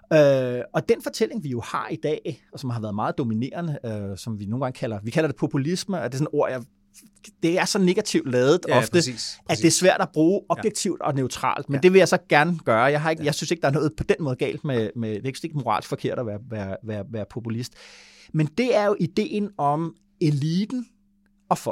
Øh, og den fortælling, vi jo har i dag, og som har været meget dominerende, øh, som vi nogle gange kalder, vi kalder det populisme, og det er sådan et ord, jeg, det er så negativt lavet ja, ofte, præcis, præcis. at det er svært at bruge objektivt ja. og neutralt, men ja. det vil jeg så gerne gøre. Jeg, har ikke, ja. jeg synes ikke, der er noget på den måde galt med, med det er ikke moralsk forkert at være, være, være, være populist. Men det er jo ideen om eliten og folket.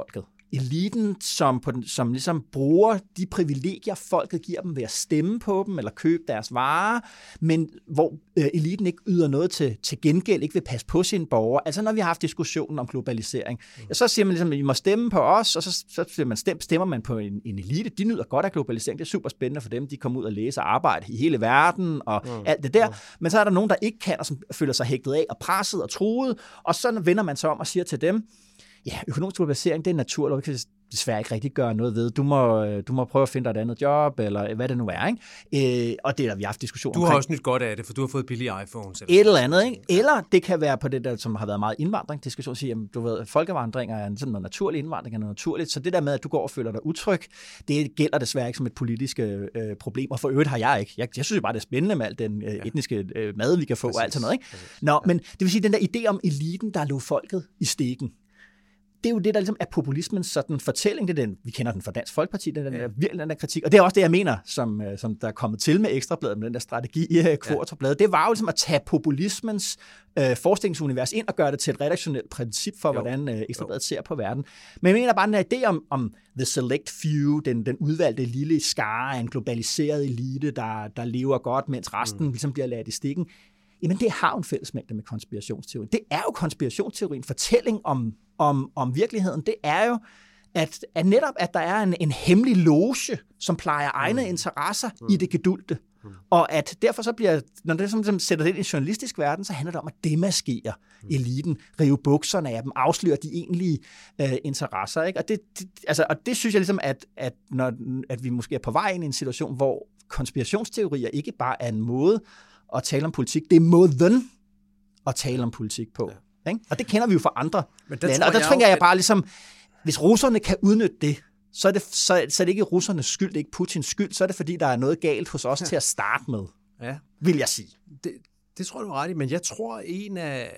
eliten, som, på den, som ligesom bruger de privilegier, folket giver dem ved at stemme på dem, eller købe deres varer, men hvor øh, eliten ikke yder noget til, til gengæld, ikke vil passe på sine borgere. Altså når vi har haft diskussionen om globalisering, mm. ja, så siger man ligesom, at I må stemme på os, og så, så siger man, stem, stemmer man på en, en elite. De nyder godt af globalisering. Det er super spændende for dem. De kommer ud og læser og arbejde i hele verden, og mm. alt det der. Mm. Men så er der nogen, der ikke kan, og som føler sig hægtet af, og presset og truet, og så vender man sig om og siger til dem, ja, økonomisk globalisering, det er natur, og vi kan desværre ikke rigtig gøre noget ved. Du må, du må prøve at finde dig et andet job, eller hvad det nu er, ikke? Øh, og det er der, vi har haft diskussioner Du har omkring. også nyt godt af det, for du har fået billige iPhones. Eller et eller andet, ikke? Eller det kan være på det der, som har været meget indvandring, diskussion, at sige, jamen, du ved, folkevandring er sådan noget naturlig, indvandring er noget naturligt, så det der med, at du går og føler dig utryg, det gælder desværre ikke som et politisk øh, problem, og for øvrigt har jeg ikke. Jeg, jeg synes jo bare, det er spændende med al den øh, etniske øh, mad, vi kan få, præcis, og alt sådan noget, ikke? Nå, ja. Men det vil sige, den der idé om eliten, der lå folket i stikken, det er jo det, der ligesom er populismens sådan fortælling. Det er den, vi kender den fra Dansk Folkeparti, den, den der virkelig den der kritik. Og det er også det, jeg mener, som, som der er kommet til med Ekstrabladet, med den der strategi i Kvartalbladet. Det var jo ligesom at tage populismens øh, forskningsunivers ind og gøre det til et redaktionelt princip for, jo. hvordan øh, Ekstrabladet ser på verden. Men jeg mener bare den her idé om, om the select few, den, den udvalgte lille skare af en globaliseret elite, der, der lever godt, mens resten mm. ligesom bliver ladt i stikken. Jamen det har jo en fællesmængde med konspirationsteorien. Det er jo konspirationsteorien. Fortælling om, om, om virkeligheden, det er jo, at, at netop, at der er en, en hemmelig loge, som plejer egne mm. interesser mm. i det gedulte. Mm. Og at derfor så bliver, når det som sætter det ind i en journalistisk verden, så handler det om at demaskere mm. eliten, rive bukserne af dem, afsløre de egentlige øh, interesser. Ikke? Og, det, det, altså, og det synes jeg ligesom, at, at, når, at vi måske er på vej ind i en situation, hvor konspirationsteorier ikke bare er en måde at tale om politik. Det er måden at tale om politik på. Ja. Ikke? Og det kender vi jo fra andre lande. Og der tænker jeg, jeg bare ligesom, hvis russerne kan udnytte det, så er det, så, så er det ikke russernes skyld, det er ikke Putins skyld, så er det fordi, der er noget galt hos os ja. til at starte med, ja. vil jeg sige. Det, det tror jeg, du er ret i, men jeg tror, en af,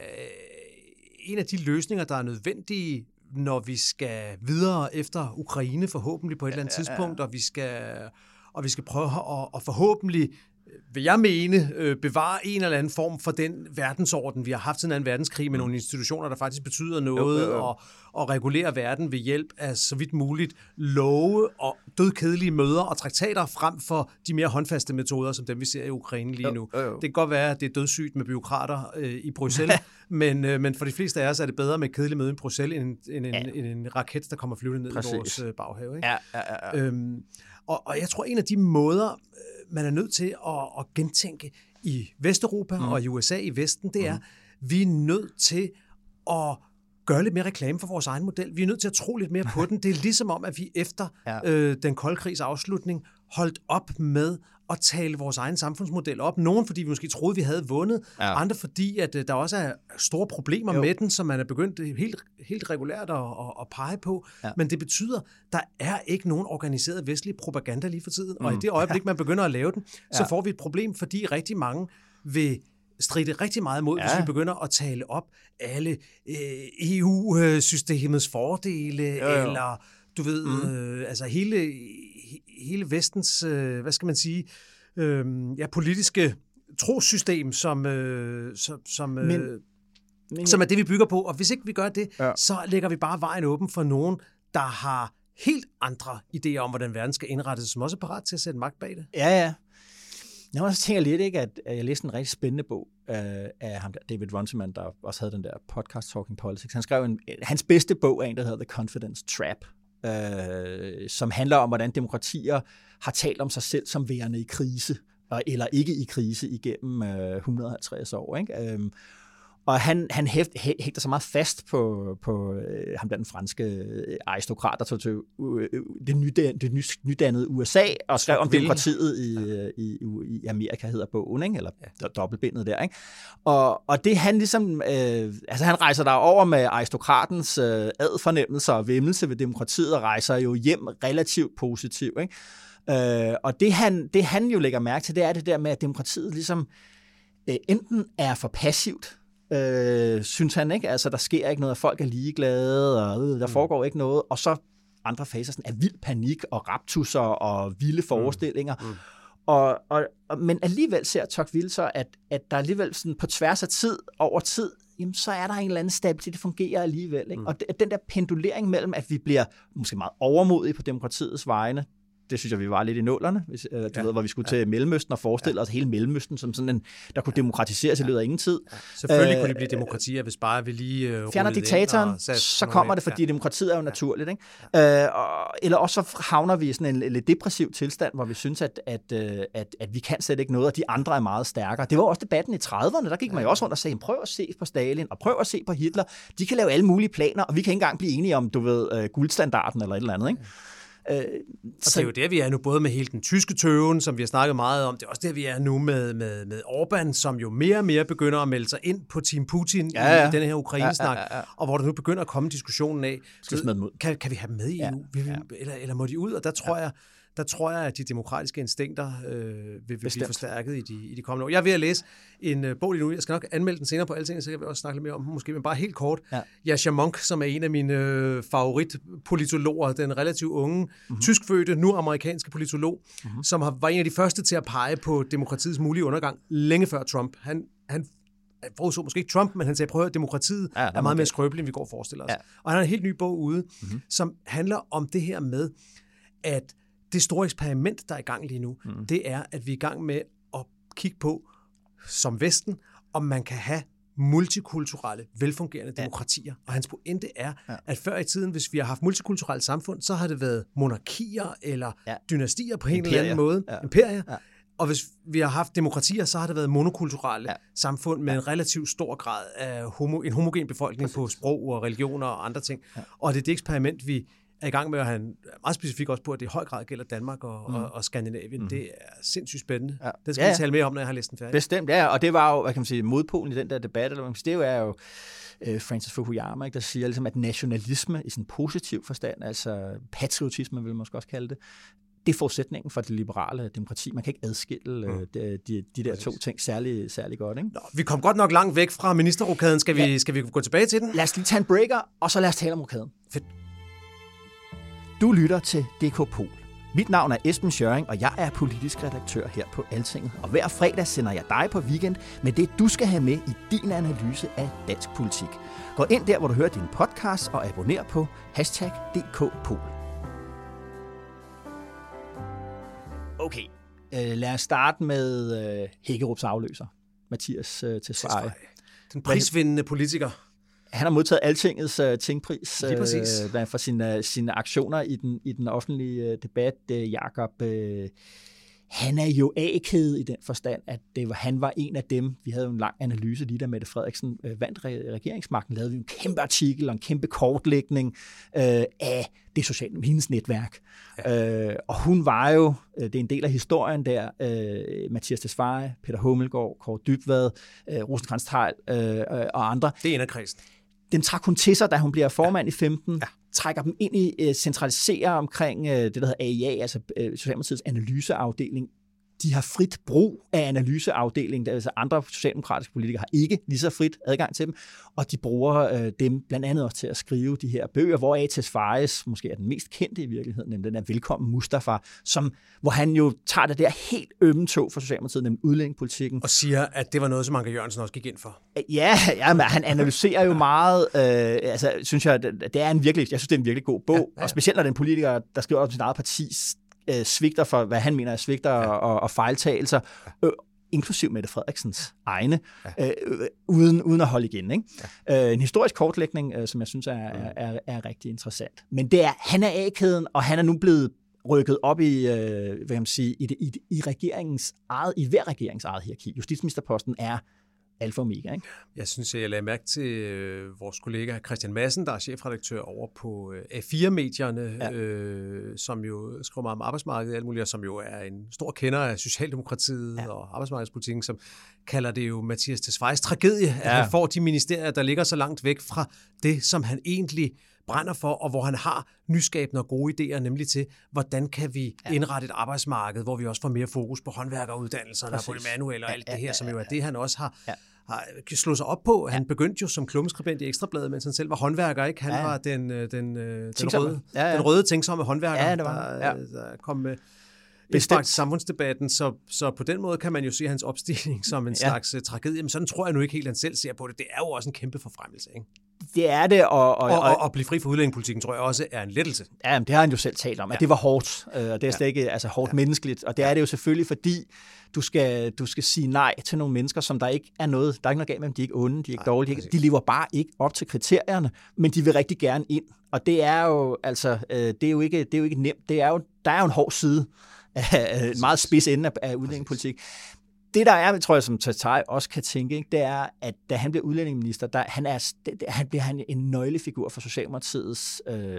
en af de løsninger, der er nødvendige, når vi skal videre efter Ukraine, forhåbentlig på et ja, eller andet ja, tidspunkt, ja. og vi skal, og vi skal prøve at, at forhåbentlig vil jeg mene, øh, bevare en eller anden form for den verdensorden, vi har haft siden anden verdenskrig med nogle institutioner, der faktisk betyder noget, jo, jo, jo. Og, og regulere verden ved hjælp af så vidt muligt love og dødkedelige møder og traktater frem for de mere håndfaste metoder, som dem vi ser i Ukraine lige nu. Jo, jo, jo. Det kan godt være, at det er dødssygt med bureaukrater øh, i Bruxelles, men, øh, men for de fleste af os er det bedre med et kedeligt møde i Bruxelles, end, end, ja. en, end en raket, der kommer flyvende ned Præcis. i vores øh, baghave. Ikke? Ja, ja, ja, ja. Øhm, og, og jeg tror, en af de måder, man er nødt til at, at gentænke i Vesteuropa mm. og i U S A i Vesten, det er, mm. vi er nødt til at gøre lidt mere reklame for vores egen model. Vi er nødt til at tro lidt mere på den. Det er ligesom om, at vi efter ja. øh, den kolde krigs afslutning holdt op med at tale vores egen samfundsmodel op. Nogen, fordi vi måske troede, vi havde vundet. Ja. Andre, fordi at øh, der også er store problemer jo. med den, som man er begyndt helt, helt regulært at, at, at pege på. Ja. Men det betyder, der er ikke nogen organiseret vestlig propaganda lige for tiden. Mm. Og i det øjeblik, man begynder at lave den, ja. så får vi et problem, fordi rigtig mange vil stride rigtig meget imod, ja. hvis vi begynder at tale op alle øh, E U-systemets fordele, jo, jo. eller du ved, mm. øh, altså hele, hele vestens, øh, hvad skal man sige, øh, ja, politiske trossystem, som, øh, som, som, øh, men, men, som er det, vi bygger på. Og hvis ikke vi gør det, ja. så lægger vi bare vejen åben for nogen, der har helt andre idéer om, hvordan verden skal indrettes, som også er parat til at sætte magt bag det. Ja, ja. Jeg også tænker lidt, ikke, at jeg læste en rigtig spændende bog øh, af ham der, David Runciman, der også havde den der podcast Talking Politics. Han skrev en, hans bedste bog er en, der hedder The Confidence Trap, øh, som handler om, hvordan demokratier har talt om sig selv som værende i krise, eller ikke i krise igennem øh, et hundrede og halvtreds år. Ikke? Um, og han, han hæft, hægter så meget fast på, på øh, ham der den franske aristokrat, der tog til øh, det, nydan, det ny, nydannede U S A og skrev om demokratiet i, ja. i, i Amerika, hedder bogen, ikke? Eller ja. dobbeltbindet der. Ikke? Og, og det han ligesom, øh, altså han rejser der over med aristokratens øh, adfornemmelse og væmmelse ved demokratiet og rejser jo hjem relativt positivt. Ikke? Øh, og det han, det han jo lægger mærke til, det er det der med, at demokratiet ligesom øh, enten er for passivt, Øh, synes han, ikke? Altså, der sker ikke noget, folk er ligeglade, og øh, der mm. foregår ikke noget, og så andre faser sådan, er vild panik og raptusser og vilde forestillinger. Mm. Mm. Og, og, og, men alligevel ser Tocqueville så, at, at der alligevel sådan, på tværs af tid, over tid, jamen, så er der en eller anden stabilitet, det fungerer alligevel. Ikke? Mm. Og den der pendulering mellem, at vi bliver måske meget overmodige på demokratiets vegne, det synes jeg, vi var lidt i nullerne, hvis, øh, du ja, ved, hvor vi skulle ja. til Mellemøsten og forestille ja. os hele Mellemøsten som sådan en, der kunne demokratiseres i løbet af ingen tid. Ja. Selvfølgelig øh, kunne det blive demokratier, hvis bare vi lige øh, fjerner diktatoren, så kommer det, fordi ja. demokratiet er jo naturligt. Ikke? Ja. Øh, og, eller også så havner vi i sådan en lidt depressiv tilstand, hvor vi synes, at, at, at, at vi kan slet ikke noget, og de andre er meget stærkere. Det var også debatten i trediverne, der gik man jo også rundt og sagde, prøv at se på Stalin, og prøv at se på Hitler. De kan lave alle mulige planer, og vi kan ikke engang blive enige om, du ved, guldstandarden eller et eller andet, ikke? Øh, og det er jo der, vi er nu, både med hele den tyske tøven, som vi har snakket meget om. Det er også der, vi er nu med, med, med Orbán, som jo mere og mere begynder at melde sig ind på Team Putin ja, ja. i den her Ukraine-snak, ja, ja, ja. og hvor der nu begynder at komme diskussionen af, kan, kan vi have dem med i E U, ja, ja. eller, eller må de ud? Og der tror ja. jeg, der tror jeg, at de demokratiske instinkter øh, vil, vil blive forstærket i de, i de kommende år. Jeg er ved at læse en uh, bog lige nu. Jeg skal nok anmelde den senere på Altinget, så jeg vil også snakke lidt mere om den, måske, men bare helt kort. Ja. Yascha Mounk, som er en af mine øh, favoritpolitologer, den relativt unge, mm-hmm. tyskfødte, nu amerikanske politolog, mm-hmm. som har, var en af de første til at pege på demokratiets mulige undergang længe før Trump. Han, han Han forudså måske ikke Trump, men han sagde, prøv at demokratiet ja, er meget mere skrøbeligt, end vi går og forestiller os. Ja. Og han har en helt ny bog ude, mm-hmm. som handler om det her med, at det store eksperiment, der er i gang lige nu, mm. det er, at vi er i gang med at kigge på, som Vesten, om man kan have multikulturelle, velfungerende ja. demokratier. Og hans pointe er, ja. at før i tiden, hvis vi har haft multikulturelle samfund, så har det været monarkier eller ja. dynastier på en Imperier. eller anden måde. Ja. Imperier. Ja. Og hvis vi har haft demokratier, så har det været monokulturelle ja. samfund med ja. en relativt stor grad af homo, en homogen befolkning Præcis. på sprog og religioner og andre ting. Ja. Og det er det eksperiment, vi er i gang med at have en, meget specifikt også på, at det i høj grad gælder Danmark og, mm. og, og Skandinavien. Mm. Det er sindssygt spændende. Ja. Det skal ja, ja. vi tale mere om, når jeg har læst den færdig. Bestemt, ja. Og det var jo, hvad kan man sige, modpolen i den der debat. Eller, det er jo øh, Francis Fukuyama, ikke, der siger, ligesom, at nationalisme i sådan positiv forstand, altså patriotisme vil man måske også kalde det, det er forudsætningen for det liberale demokrati. Man kan ikke adskille mm. de, de, de der to ting særlig, særlig godt. Ikke? Nå, vi kom godt nok langt væk fra ministerrokaden. Skal vi, ja. skal vi gå tilbage til den? Lad os lige tage en breaker, og så lad os tale om rokaden. Fedt. Du lytter til D K Pol. Mit navn er Esben Schøring, og jeg er politisk redaktør her på Altinget. Og hver fredag sender jeg dig på weekend med det, du skal have med i din analyse af dansk politik. Gå ind der, hvor du hører din podcast, og abonner på hashtag D K Pol. Okay, øh, lad os starte med øh, Hækkerups afløser, Mathias øh, Tesfaye. Den prisvindende politiker. Han har modtaget Altingets uh, tingpris uh, for sine, sine aktioner i den, i den offentlige uh, debat. Uh, Jakob, uh, han er jo akavet i den forstand, at det var, han var en af dem. Vi havde jo en lang analyse lige da Mette Frederiksen uh, vandt re- regeringsmagten. Lavede vi en kæmpe artikel og en kæmpe kortlægning uh, af det sociale hendes netværk. Ja. Uh, og hun var jo, uh, det er en del af historien der, uh, Mathias Tesfaye, Peter Hummelgaard, Kåre Dybvad, uh, Rosenkrantz-Theil uh, og andre. Det er en af krisen. Dem trækker hun til sig, da hun bliver formand ja. i femten, ja. trækker dem ind i, uh, centraliserer omkring uh, det, der hedder A I A, altså uh, Socialdemokratiets analyseafdeling. De har frit brug af analyseafdelingen, altså andre socialdemokratiske politikere har ikke lige så frit adgang til dem, og de bruger øh, dem blandt andet også til at skrive de her bøger, hvor A. Tesfayes måske er den mest kendte i virkeligheden, nemlig den er Velkommen Mustafa, som, hvor han jo tager det der helt ømme tog for Socialdemokratiet, nemlig udlændingepolitikken. Og siger, at det var noget, som Anker Jørgensen også gik ind for. Ja, ja, men han analyserer jo meget, øh, altså synes jeg, det er en virkelig, jeg synes, det er en virkelig god bog, ja, ja. Og specielt når den politiker, der skriver om sit eget partis svigter for, hvad han mener er svigter ja. og, og fejltagelser, øh, inklusiv Mette Frederiksens egne, ja. øh, uden, uden at holde igen. Ikke? Ja. Øh, en historisk kortlægning, øh, som jeg synes er, er, er, er rigtig interessant. Men det er, han er A-kæden, og han er nu blevet rykket op i, øh, hvad kan man sige, i, det, i, i regeringens eget, i hver regerings eget hierarki. Justitsministerposten er alfa og omega, ikke? Jeg synes, jeg lagde mærke til øh, vores kollega Christian Madsen, der er chefredaktør over på øh, A fire-medierne, ja. øh, som jo skriver meget om arbejdsmarkedet og alt muligt, og som jo er en stor kender af Socialdemokratiet ja. og arbejdsmarkedspolitikken, som kalder det jo Mathias Tesfayes tragedie, ja. at han får de ministerier, der ligger så langt væk fra det, som han egentlig brænder for, og hvor han har nyskabende og gode idéer, nemlig til, hvordan kan vi ja. indrette et arbejdsmarked, hvor vi også får mere fokus på håndværkeruddannelserne og på det manuelle og alt ja, ja, det her, som jo er det, han også har, ja. har slået sig op på. Han ja. begyndte jo som klummeskribent i Ekstrabladet, mens han selv var håndværker, ikke? Han ja. var den, den, den, den, røde, ja, ja. den røde tænksomme håndværker, ja, det var. Der, ja. der kom med indspark til samfundsdebatten, så, så på den måde kan man jo se hans opstigning som en ja. slags uh, tragedie, men sådan tror jeg nu ikke helt, han selv ser på det. Det er jo også en kæmpe forfremmelse, ikke? Det er det, og... Og, og, og, og at blive fri for udlændingepolitikken, tror jeg også er en lettelse. Ja, men det har han jo selv talt om, at ja. det var hårdt, og det er slet ikke altså, hårdt ja. menneskeligt, og det er det jo selvfølgelig, fordi du skal, du skal sige nej til nogle mennesker, som der ikke er noget, der er ikke noget galt med dem, de er ikke onde, de er ikke dårlige, de, de lever bare ikke op til kriterierne, men de vil rigtig gerne ind, og det er jo, altså, det er jo ikke, det er jo ikke nemt, det er jo, der er jo en hård side af en meget spids ende af, af udlændingepolitik. Det, der er, tror jeg, som Tatai også kan tænke, ikke, det er, at da han bliver udlændingeminister, der, han, er, han bliver han en nøglefigur for Socialdemokratiets øh,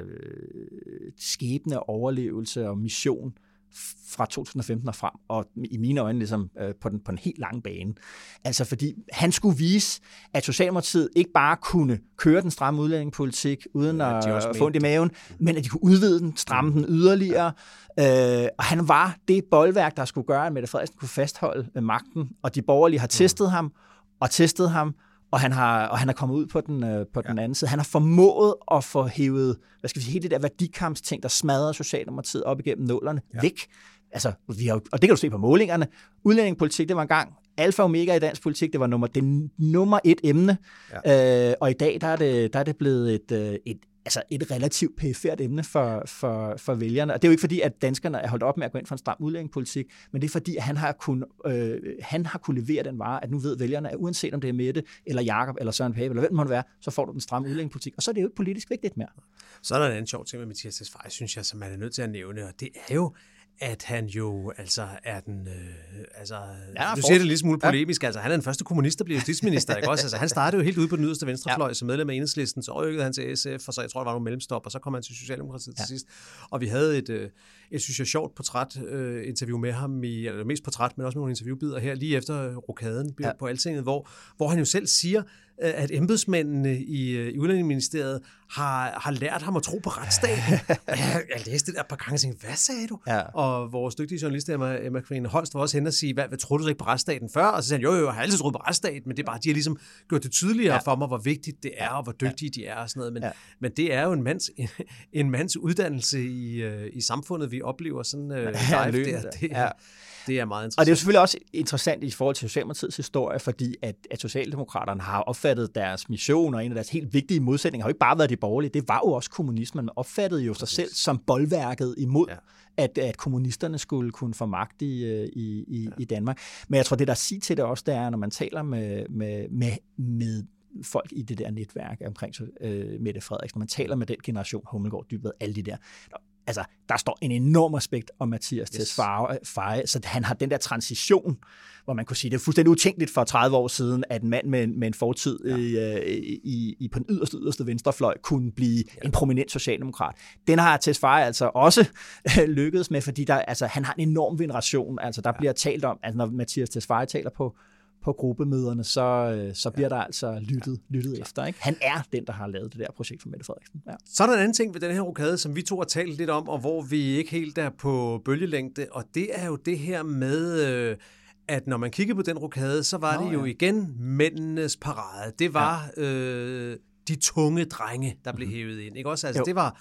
skæbne, overlevelse og mission fra to tusind og femten og frem, og i mine øjne ligesom øh, på, den, på en helt lang bane. Altså fordi han skulle vise, at Socialdemokratiet ikke bare kunne køre den stramme udlændingepolitik uden ja, at få ondt i maven, men at de kunne udvide den, stramme den yderligere. Øh, og han var det boldværk, der skulle gøre, at Mette Frederiksen kunne fastholde øh, magten, og de borgerlige har testet mm. ham, og testet ham, og han har, og han er kommet ud på den, øh, på ja. den anden side. Han har formået at få hævet, hvad skal vi sige, hele det der værdikampsting, der smadrer Socialdemokratiet op igennem nålerne, ja. væk. Altså, vi har, og det kan du se på målingerne. Udlændingepolitik, det var engang alfa og omega i dansk politik, det var nummer, det nummer et emne, ja. øh, og i dag der er, det, der er det blevet et, et, altså et relativt perifert emne for, for, for vælgerne. Og det er jo ikke fordi, at danskerne er holdt op med at gå ind for en stram udlændingepolitik, men det er fordi, at han har kun, øh, han har kunnet levere den vare, at nu ved vælgerne, at uanset om det er Mette, eller Jakob, eller Søren Pape, eller hvem må det være, så får du den stramme udlændingepolitik. Og så er det jo ikke politisk vigtigt mere. Så er der en anden sjov ting med Mattias Tesfaye, synes jeg, som man er nødt til at nævne, og det er jo, at han jo altså er den, øh, altså, ja, du siger det lidt smule polemisk, ja. altså han er den første kommunist, der bliver justitsminister, ikke også? Altså han startede jo helt ude på den yderste venstrefløj ja. som medlem af Enhedslisten, så overrykkede han til S F, og så jeg tror, der var nogle mellemstop, og så kom han til Socialdemokratiet ja. til sidst. Og vi havde et, øh, et synes jeg, sjovt portræt, øh, interview med ham, i, eller mest portræt, men også med nogle interviewbider her, lige efter rokaden ja. på Altinget, hvor, hvor han jo selv siger, at embedsmændene i, i Udlændingeministeriet har, har lært ham at tro på retsstaten. jeg, jeg læste det der et par gange og tænkte, hvad sagde du? Ja. Og vores dygtige journalist, Emma, Emma Kvine Holst, var også hen og sige, hvad, hvad troede du så ikke på retsstaten før? Og så sagde han, jo, jo, jeg har altid troet på retsstaten, men det er bare, de har ligesom gjort det tydeligere ja. for mig, hvor vigtigt det er, og hvor dygtige ja. de er og sådan noget. Men, ja. men det er jo en mands, en, en mands uddannelse i, i samfundet, vi oplever sådan uh, ja, live der. Det, ja. Det er meget interessant. Og det er jo selvfølgelig også interessant i forhold til Socialdemokratiets historie, fordi at, at Socialdemokraterne har opfattet deres mission, og en af deres helt vigtige modsætninger har jo ikke bare været de borgerlige, det var jo også kommunismen. Man opfattede jo sig selv som boldværket imod, ja. at, at kommunisterne skulle kunne få magt i, i, i, ja. i Danmark. Men jeg tror, det der siger til det også, det er, når man taler med, med, med, med folk i det der netværk omkring øh, Mette Frederiksen, når man taler med den generation, Hummelgaard, Dybvad, alle de der, altså, der står en enorm respekt om Mattias yes. Tesfaye, så han har den der transition, hvor man kunne sige, det er fuldstændig utænkeligt for tredive år siden, at en mand med en, med en fortid ja. i, i, i, på den yderste, yderste venstrefløj kunne blive ja. en prominent socialdemokrat. Den har Tesfaye altså også lykkedes med, fordi der, altså, han har en enorm veneration. Altså, der ja. bliver talt om, altså, når Mattias Tesfaye taler på på gruppemøderne, så, så bliver ja. der altså lyttet, ja. lyttet efter. Ikke? Han er den, der har lavet det der projekt for Mette Frederiksen. Ja. Så er der en anden ting ved den her rokade, som vi to har talt lidt om, og hvor vi ikke helt er på bølgelængde, og det er jo det her med, at når man kigger på den rokade, så var Nå, det jo ja. igen mændenes parade. Det var ja. øh, de tunge drenge, der blev mm-hmm. hævet ind. Ikke også? Altså, jo. det var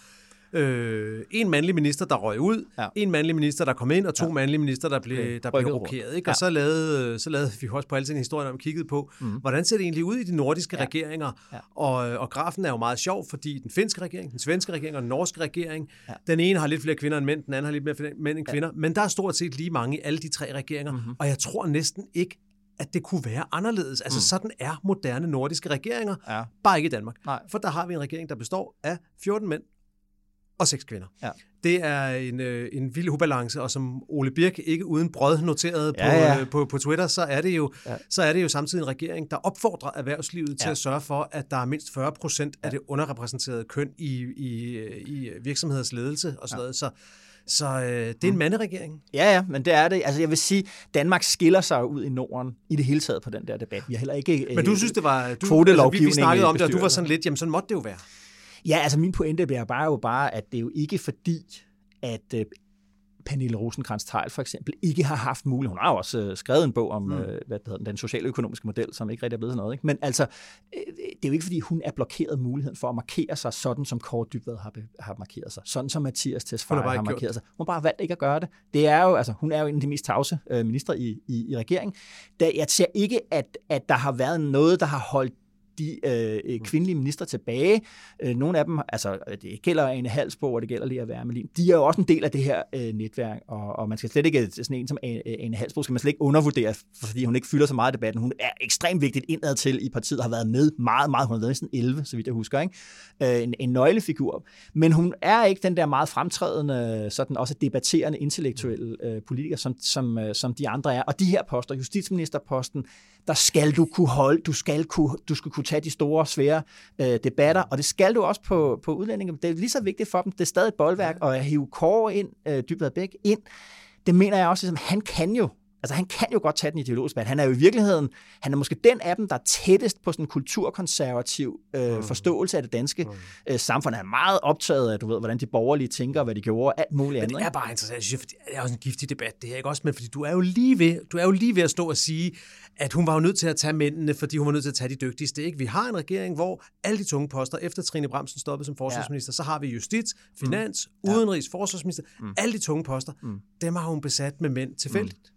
Øh, en mandlig minister, der røg ud, ja. en mandlig minister, der kom ind, og to ja. mandlige minister, der blev, okay. der blev rokeret. Ikke? Og ja. så, lavede, så lavede vi også på alle historien om kigget på, mm. hvordan ser det egentlig ud i de nordiske ja. regeringer? Ja. Og, og grafen er jo meget sjov, fordi den finske regering, den svenske regering og den norske regering, ja. den ene har lidt flere kvinder end mænd, den anden har lidt mere mænd end kvinder, ja. men der er stort set lige mange i alle de tre regeringer, mm-hmm. og jeg tror næsten ikke, at det kunne være anderledes. Altså mm. sådan er moderne nordiske regeringer, ja. bare ikke i Danmark. Nej. For der har vi en regering, der består af fjorten mænd, og seks kvinder. Ja. Det er en, øh, en vild ubalance, og som Ole Birk ikke uden brød noteret ja, på, ja. Øh, på, på Twitter, så er, det jo, ja. så er det jo samtidig en regering, der opfordrer erhvervslivet ja. til at sørge for, at der er mindst fyrre procent ja. af det underrepræsenterede køn i, i, i virksomheders ledelse og sådan ja. noget. Så, så øh, det er en mm. manderegering. Ja, ja, men det er det. Altså jeg vil sige, Danmark skiller sig ud i Norden i det hele taget på den der debat. Vi har heller ikke Men du øh, synes, det var... Du, altså, vi, vi snakkede om det, og du var sådan lidt, jamen sådan måtte det jo være. Ja, altså min pointe bliver bare jo bare, at det er jo ikke fordi, at øh, Pernille Rosenkrantz-Theil for eksempel ikke har haft mulighed. Hun har jo også øh, skrevet en bog om mm. øh, hvad det hedder, den socialøkonomiske model, som ikke rigtig er blevet sådan noget. Ikke? Men altså, øh, det er jo ikke, fordi hun er blokeret muligheden for at markere sig, sådan som Kaare Dybvad har, har markeret sig, sådan som Mathias Tesfaye har markeret gjort. sig. Hun har bare valgt ikke at gøre det. Det er jo, altså, hun er jo en af de mest tavse øh, ministre i, i, i regeringen. Der, jeg ser ikke, at, at der har været noget, der har holdt de øh, kvindelige minister tilbage. Øh, nogle af dem, altså det gælder Ane Halsboe, og det gælder Lea Wermelin, de er jo også en del af det her øh, netværk, og, og man skal slet ikke, sådan en som Ane Halsboe, skal man slet ikke undervurdere, fordi hun ikke fylder så meget i debatten. Hun er ekstremt vigtigt indad til i partiet, har været med meget, meget, hun har været næsten elleve, så vidt jeg husker, ikke? Øh, en, en nøglefigur. Men hun er ikke den der meget fremtrædende, sådan også debatterende, intellektuelle øh, politiker, som, som, øh, som de andre er. Og de her poster, justitsministerposten, der skal du kunne holde, du skal kunne, du skal kunne tage de store, svære øh, debatter, og det skal du også på, på udlændinge. Det er lige så vigtigt for dem. Det er stadig et boldværk, og at hive Kaare ind, øh, Dybvad Bek ind, det mener jeg også, at han kan jo, altså han kan jo godt tage den ideologiske debat. Han er jo i virkeligheden, han er måske den af dem, der er tættest på sådan en kulturkonservativ øh, mm. forståelse af det danske mm. øh, samfund. Han er meget optaget af, du ved, hvordan de borgerlige tænker, hvad de gjorde, alt muligt andet. Men det er bare interessant, synes jeg, fordi det er også en giftig debat, det her, ikke også? Men fordi du er jo lige ved, du er jo lige ved at stå og sige, at hun var jo nødt til at tage mændene, fordi hun var nødt til at tage de dygtigste, ikke? Vi har en regering, hvor alle de tunge poster, efter Trine Bramsen stoppede som forsvarsminister, ja. så har vi justits, finans, mm. udenrigs, forsvarsminister, mm. alle de tunge poster, mm. dem har hun besat med mænd tilfældigt. Mm.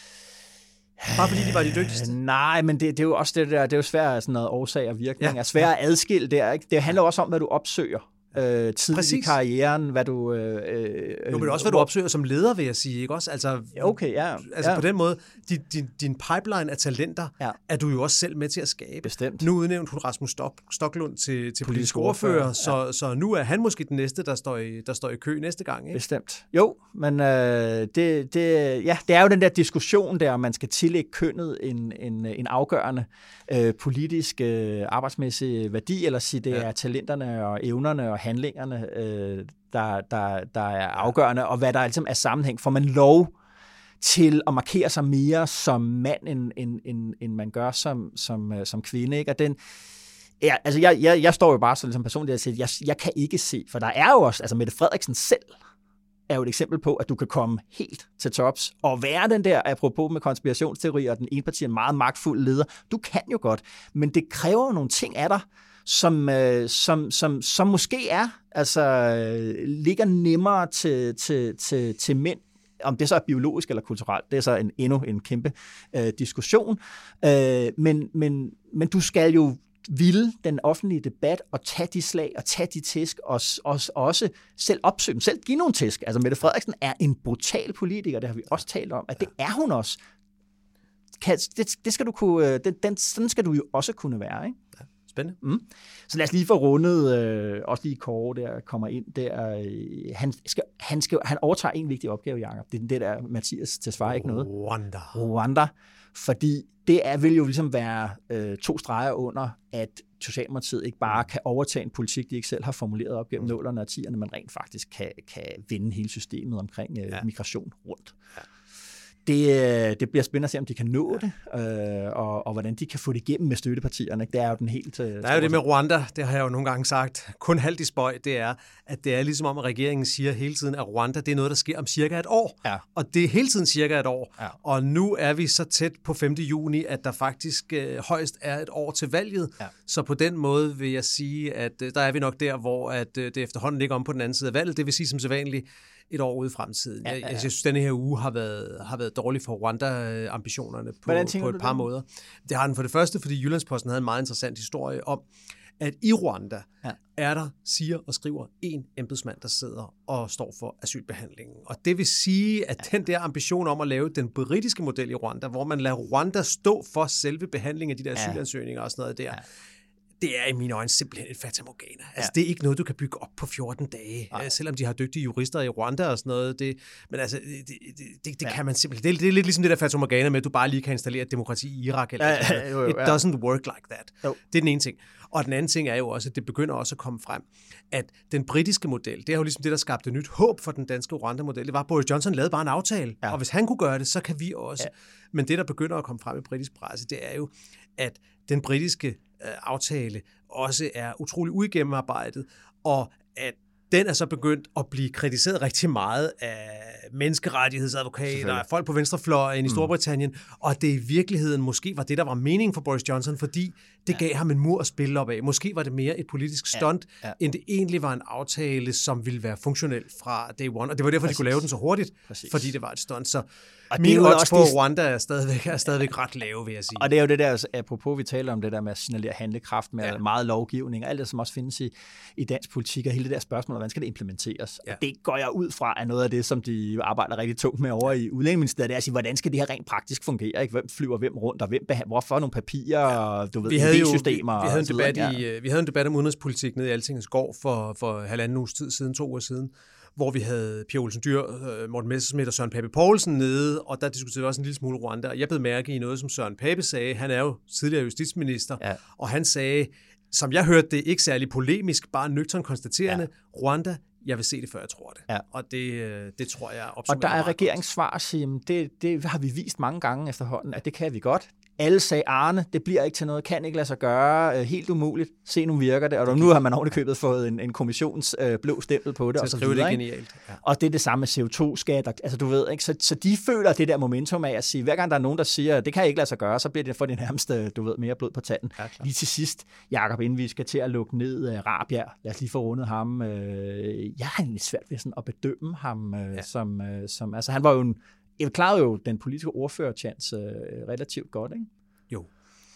Bare fordi de var de dygtigste? Nej, men det, det er jo også det der, det er jo svært sådan noget årsag og virkning. Ja. Er svært at adskille der, ikke? Det handler også om, hvad du opsøger. Øh, tidligt i karrieren, hvad du... Øh, øh, jo, men også, hvad du opsøger som leder, vil jeg sige, ikke også? Altså, okay, ja. Altså ja. på den måde, din, din, din pipeline af talenter, ja. er du jo også selv med til at skabe. Bestemt. Nu udnævnte hun Rasmus Stok, Stoklund til, til politisk, politisk ordfører, ja. så, så nu er han måske den næste, der står i, der står i kø næste gang, ikke? Bestemt. Jo, men øh, det, det, ja, det er jo den der diskussion der, om man skal tillægge kønnet en, en, en afgørende øh, politisk øh, arbejdsmæssig værdi, eller sige, det ja. er talenterne og evnerne og handlingerne, øh, der, der, der er afgørende, og hvad der ligesom er sammenhæng. Får man lov til at markere sig mere som mand, end, end, end, end man gør som, som, som kvinde, ikke? Og den, ja, altså jeg, jeg, jeg står jo bare som person, der siger, jeg, jeg kan ikke se, for der er jo også, altså Mette Frederiksen selv er jo et eksempel på, at du kan komme helt til tops og være den der, apropos med konspirationsteorier, og den ene parti er en meget magtfuld leder. Du kan jo godt, men det kræver jo nogle ting af dig, som, øh, som, som, som måske er, altså øh, ligger nemmere til, til, til, til mænd, om det så er biologisk eller kulturelt, det er så en, endnu en kæmpe øh, diskussion, øh, men, men, men du skal jo ville den offentlige debat og tage de slag og tage de tæsk og, og også selv opsøge dem, selv give nogle tæsk. Altså Mette Frederiksen er en brutal politiker, det har vi også talt om, at det er hun også. Kan, det, det skal du kunne, den, den, sådan skal du jo også kunne være, ikke? Ja. Spændende. Mm. Så lad os lige få rundet, øh, også lige Kaare der kommer ind der. Øh, han, skal, han, skal, han overtager en vigtig opgave, Jacob. Det er det der Mathias Tesfaye, ikke noget? Rwanda. Rwanda. Fordi det er, vil jo ligesom være øh, to streger under, at Socialdemokratiet ikke bare kan overtage en politik, de ikke selv har formuleret op gennem nullerne og tierne, men rent faktisk kan, kan vinde hele systemet omkring øh, ja. migration rundt. Ja. Det, det bliver spændende at se, om de kan nå det, øh, og, og hvordan de kan få det igennem med støttepartierne. Det er jo den helt... Øh, der er jo det med Rwanda, det har jeg jo nogle gange sagt, kun halvt i spøj, det er, at det er ligesom om, at regeringen siger hele tiden, at Rwanda, det er noget, der sker om cirka et år. Ja. Og det er hele tiden cirka et år. Ja. Og nu er vi så tæt på femte juni, at der faktisk øh, højst er et år til valget. Ja. Så på den måde vil jeg sige, at øh, der er vi nok der, hvor at, øh, det efterhånden ligger om på den anden side af valget. Det vil sige som sædvanligt, et år ude i fremtiden. Ja, ja, ja. Jeg, jeg synes, denne her uge har været, har været dårlig for Rwanda-ambitionerne på, på et par det? måder. Det har den for det første, fordi Jyllandsposten havde en meget interessant historie om, at i Rwanda ja. er der, siger og skriver, en embedsmand, der sidder og står for asylbehandlingen. Og det vil sige, at ja. den der ambition om at lave den britiske model i Rwanda, hvor man lader Rwanda stå for selve behandlingen af de der asylansøgninger og sådan noget der, ja. det er i mine øjne simpelthen et fatamorgana. Altså, ja. det er ikke noget, du kan bygge op på fjorten dage, ja. selvom de har dygtige jurister i Rwanda og sådan noget. Det, men altså, det, det, det, det ja. kan man simpelthen... Det, det er lidt ligesom det der fatamorgana med, at du bare lige kan installere et demokrati i Irak. Eller ja, ja, jo, jo, ja. It doesn't work like that. Jo. Det er den ene ting. Og den anden ting er jo også, at det begynder også at komme frem, at den britiske model, det er jo ligesom det, der skabte nyt håb for den danske Rwanda-model. Det var, at Boris Johnson lavede bare en aftale, ja. og hvis han kunne gøre det, så kan vi også. Ja. Men det, der begynder at komme frem i britisk presse, det er jo, at den britiske øh, aftale også er utrolig uigennemarbejdet, og at den er så begyndt at blive kritiseret rigtig meget af menneskerettighedsadvokater, af folk på venstrefløjen i Storbritannien, mm. og at det i virkeligheden måske var det, der var meningen for Boris Johnson, fordi det gav ham en mur at spille op af. Måske var det mere et politisk stunt, ja, ja. end det egentlig var en aftale, som ville være funktionel fra day one. Og det var derfor, Præcis. de kunne lave den så hurtigt, Præcis. fordi det var et stunt. Så og mine odds på det... Rwanda er stadigvæk, er stadigvæk ret lave, vil jeg sige. Og det er jo det der, apropos vi taler om det der med at signalere handlekraft med ja. meget lovgivning, og alt det, som også findes i, i dansk politik, og hele det der spørgsmål, hvordan skal det implementeres? Ja. Og det går jeg ud fra, er noget af det, som de arbejder rigtig tungt med over i Udlændingeministeriet, det er at sige, hvordan skal det her rent praktisk fungere? Ikke? Hvem flyver hvem rundt, og hvem beha- hvorfor nogle papirer, ja. og du ved, vi havde jo, systemer. Vi, vi, havde en debat i, ja. vi havde en debat om udenrigspolitik nede i Altingets gård for, for halvanden uges tid siden, to uger siden, hvor vi havde Pia Olsen Dyhr, Morten Messerschmidt og Søren Pape Poulsen nede, og der diskuterede vi også en lille smule Rwanda, og jeg blev mærke i noget, som Søren Pape sagde. Han er jo tidligere justitsminister, ja. og han sagde, som jeg hørte det, ikke særlig polemisk, bare nøgtern konstaterende, ja. Rwanda, jeg vil se det, før jeg tror det. Ja. Og det, det tror jeg opsummerer. Og der er regeringssvar at sige, det, det har vi vist mange gange efterhånden, at det kan vi godt. Alle sagde, Arne, det bliver ikke til noget, kan ikke lade sig gøre, helt umuligt. Se, nu virker det, og nu har man ovenikøbet fået en, en kommissions øh, blå stempel på det. Så og så videre, det genialt. Ja. Og det er det samme med C O to skat, altså du ved, ikke? Så, så de føler det der momentum af at sige, hver gang der er nogen, der siger, det kan ikke lade sig gøre, så bliver det for det nærmeste, du ved, mere blod på tanden. Ja, lige til sidst, Jakob, inden vi skal til at lukke ned uh, Rabjerg, lad os lige få rundet ham. Øh, jeg har lidt svært ved sådan at bedømme ham, øh, ja. som, øh, som, altså han var jo en, jeg klarede jo den politiske ordførerchance øh, relativt godt, ikke? Jo.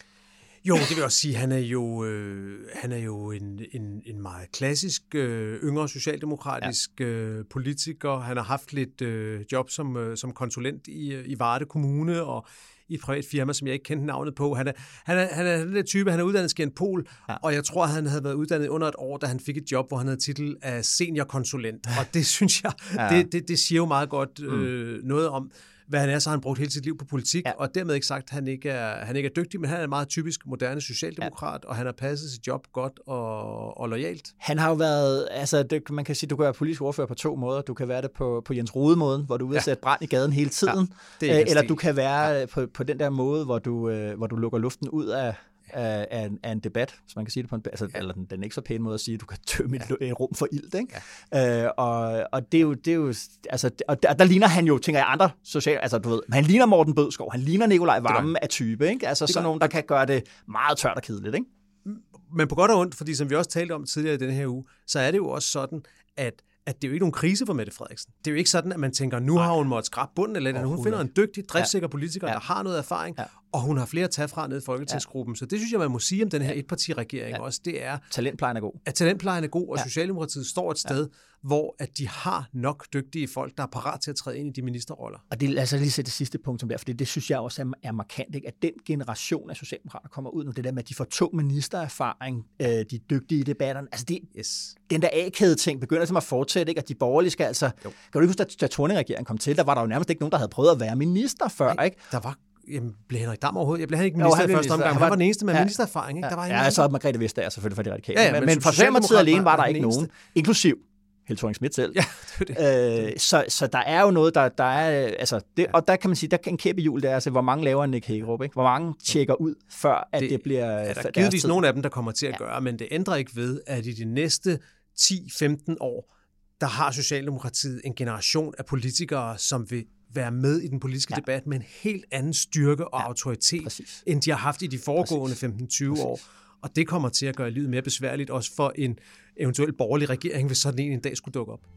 Jo, det vil jeg også sige, han er jo, øh, han er jo en, en, en meget klassisk øh, yngre socialdemokratisk ja. øh, politiker. Han har haft lidt øh, job som, øh, som konsulent i, i Varde Kommune og i et privat firma, som jeg ikke kendte navnet på. Han er, han er, han er den der type, han er uddannet Skjern-Pol, ja. og jeg tror, han havde været uddannet under et år, da han fik et job, hvor han havde titel af seniorkonsulent. Og det synes jeg, ja. det, det, det siger jo meget godt øh, noget om, hvad han er, så har han brugt hele sit liv på politik, ja. og dermed ikke sagt, at han ikke, er, han ikke er dygtig, men han er en meget typisk moderne socialdemokrat, ja. og han har passet sit job godt og, og loyalt. Han har jo været, altså det, man kan sige, du kan være politisk ordfører på to måder. Du kan være det på, på Jens Rohde-måden, hvor du er ude at sætte brand i gaden hele tiden, ja, eller du kan være ja. på, på den der måde, hvor du, øh, hvor du lukker luften ud af Af, af, en, af en debat, så man kan sige det på en, altså, ja. eller den, den er ikke så pæne måde at sige, at du kan tømme ja. et, et rum for ilt, ikke? Ja. Øh, og, og det er jo, det er jo altså, og der, der ligner han jo, tænker jeg, andre sociale, altså du ved, han ligner Morten Bødskov, han ligner Nikolaj Wammen af type, ikke? Altså det sådan nogen, der kan gøre det meget tørt og kedeligt, ikke? Men på godt og ondt, fordi som vi også talte om tidligere i denne her uge, så er det jo også sådan, at at det er jo ikke nogen krise for Mette Frederiksen. Det er jo ikke sådan, at man tænker, nu har hun måttet skrabe bunden, eller hun finder en dygtig, driftssikker politiker, ja. der har noget erfaring, ja. og hun har flere at tage fra ned i Folketingsgruppen. Ja. Så det synes jeg, man må sige om den her etpartiregering ja. også. Det er, talentplejen er god. At talentplejen er god, og ja. Socialdemokratiet står et sted, ja. hvor at de har nok dygtige folk, der er parat til at træde ind i de ministerroller. Og det, altså lige sætte det sidste punkt som der, for det, det synes jeg også er, er markant, ikke? At den generation af socialdemokrater kommer ud nu, det der med, at de får tung ministererfaring, øh, de er dygtige i debatterne. Altså det, yes. den der A-kæde ting begynder til at fortsætte, ikke? At de borgerlige skal altså... Jo. Kan du ikke huske, da Thorning-regeringen kom til, der var der jo nærmest ikke nogen, der havde prøvet at være minister før, Nej, ikke? Der var... Jamen, blev Henrik Dam overhovedet? Jeg blev ikke minister jo, i første omgang. Han var, var den eneste med ja, ministererfaring, ikke? Ja, Der var ja, ja så er Margrethe Vestager selvfølgelig for de radikale. Ja, ja, men, men, men for Socialdemokratiet alene var der ikke nogen, eneste. Inklusiv Helle Thorning-Schmidt selv. Ja, det er det. Øh, så, så der er jo noget, der, der er... Altså, det, ja. Og der kan man sige, der kan en kæppe jul, der er, altså, hvor mange laver Nick Hækkerup, ikke? Hvor mange tjekker ud, før at det, det bliver... Ja, der er givetvis nogle af dem, der kommer til at ja. gøre, men det ændrer ikke ved, at i de næste ti femten år, der har Socialdemokratiet en generation af politikere, som vil være med i den politiske ja. debat med en helt anden styrke og ja, autoritet, præcis. end de har haft i de foregående femten tyve år. Og det kommer til at gøre livet mere besværligt, også for en eventuel borgerlig regering, hvis sådan en en dag skulle dukke op.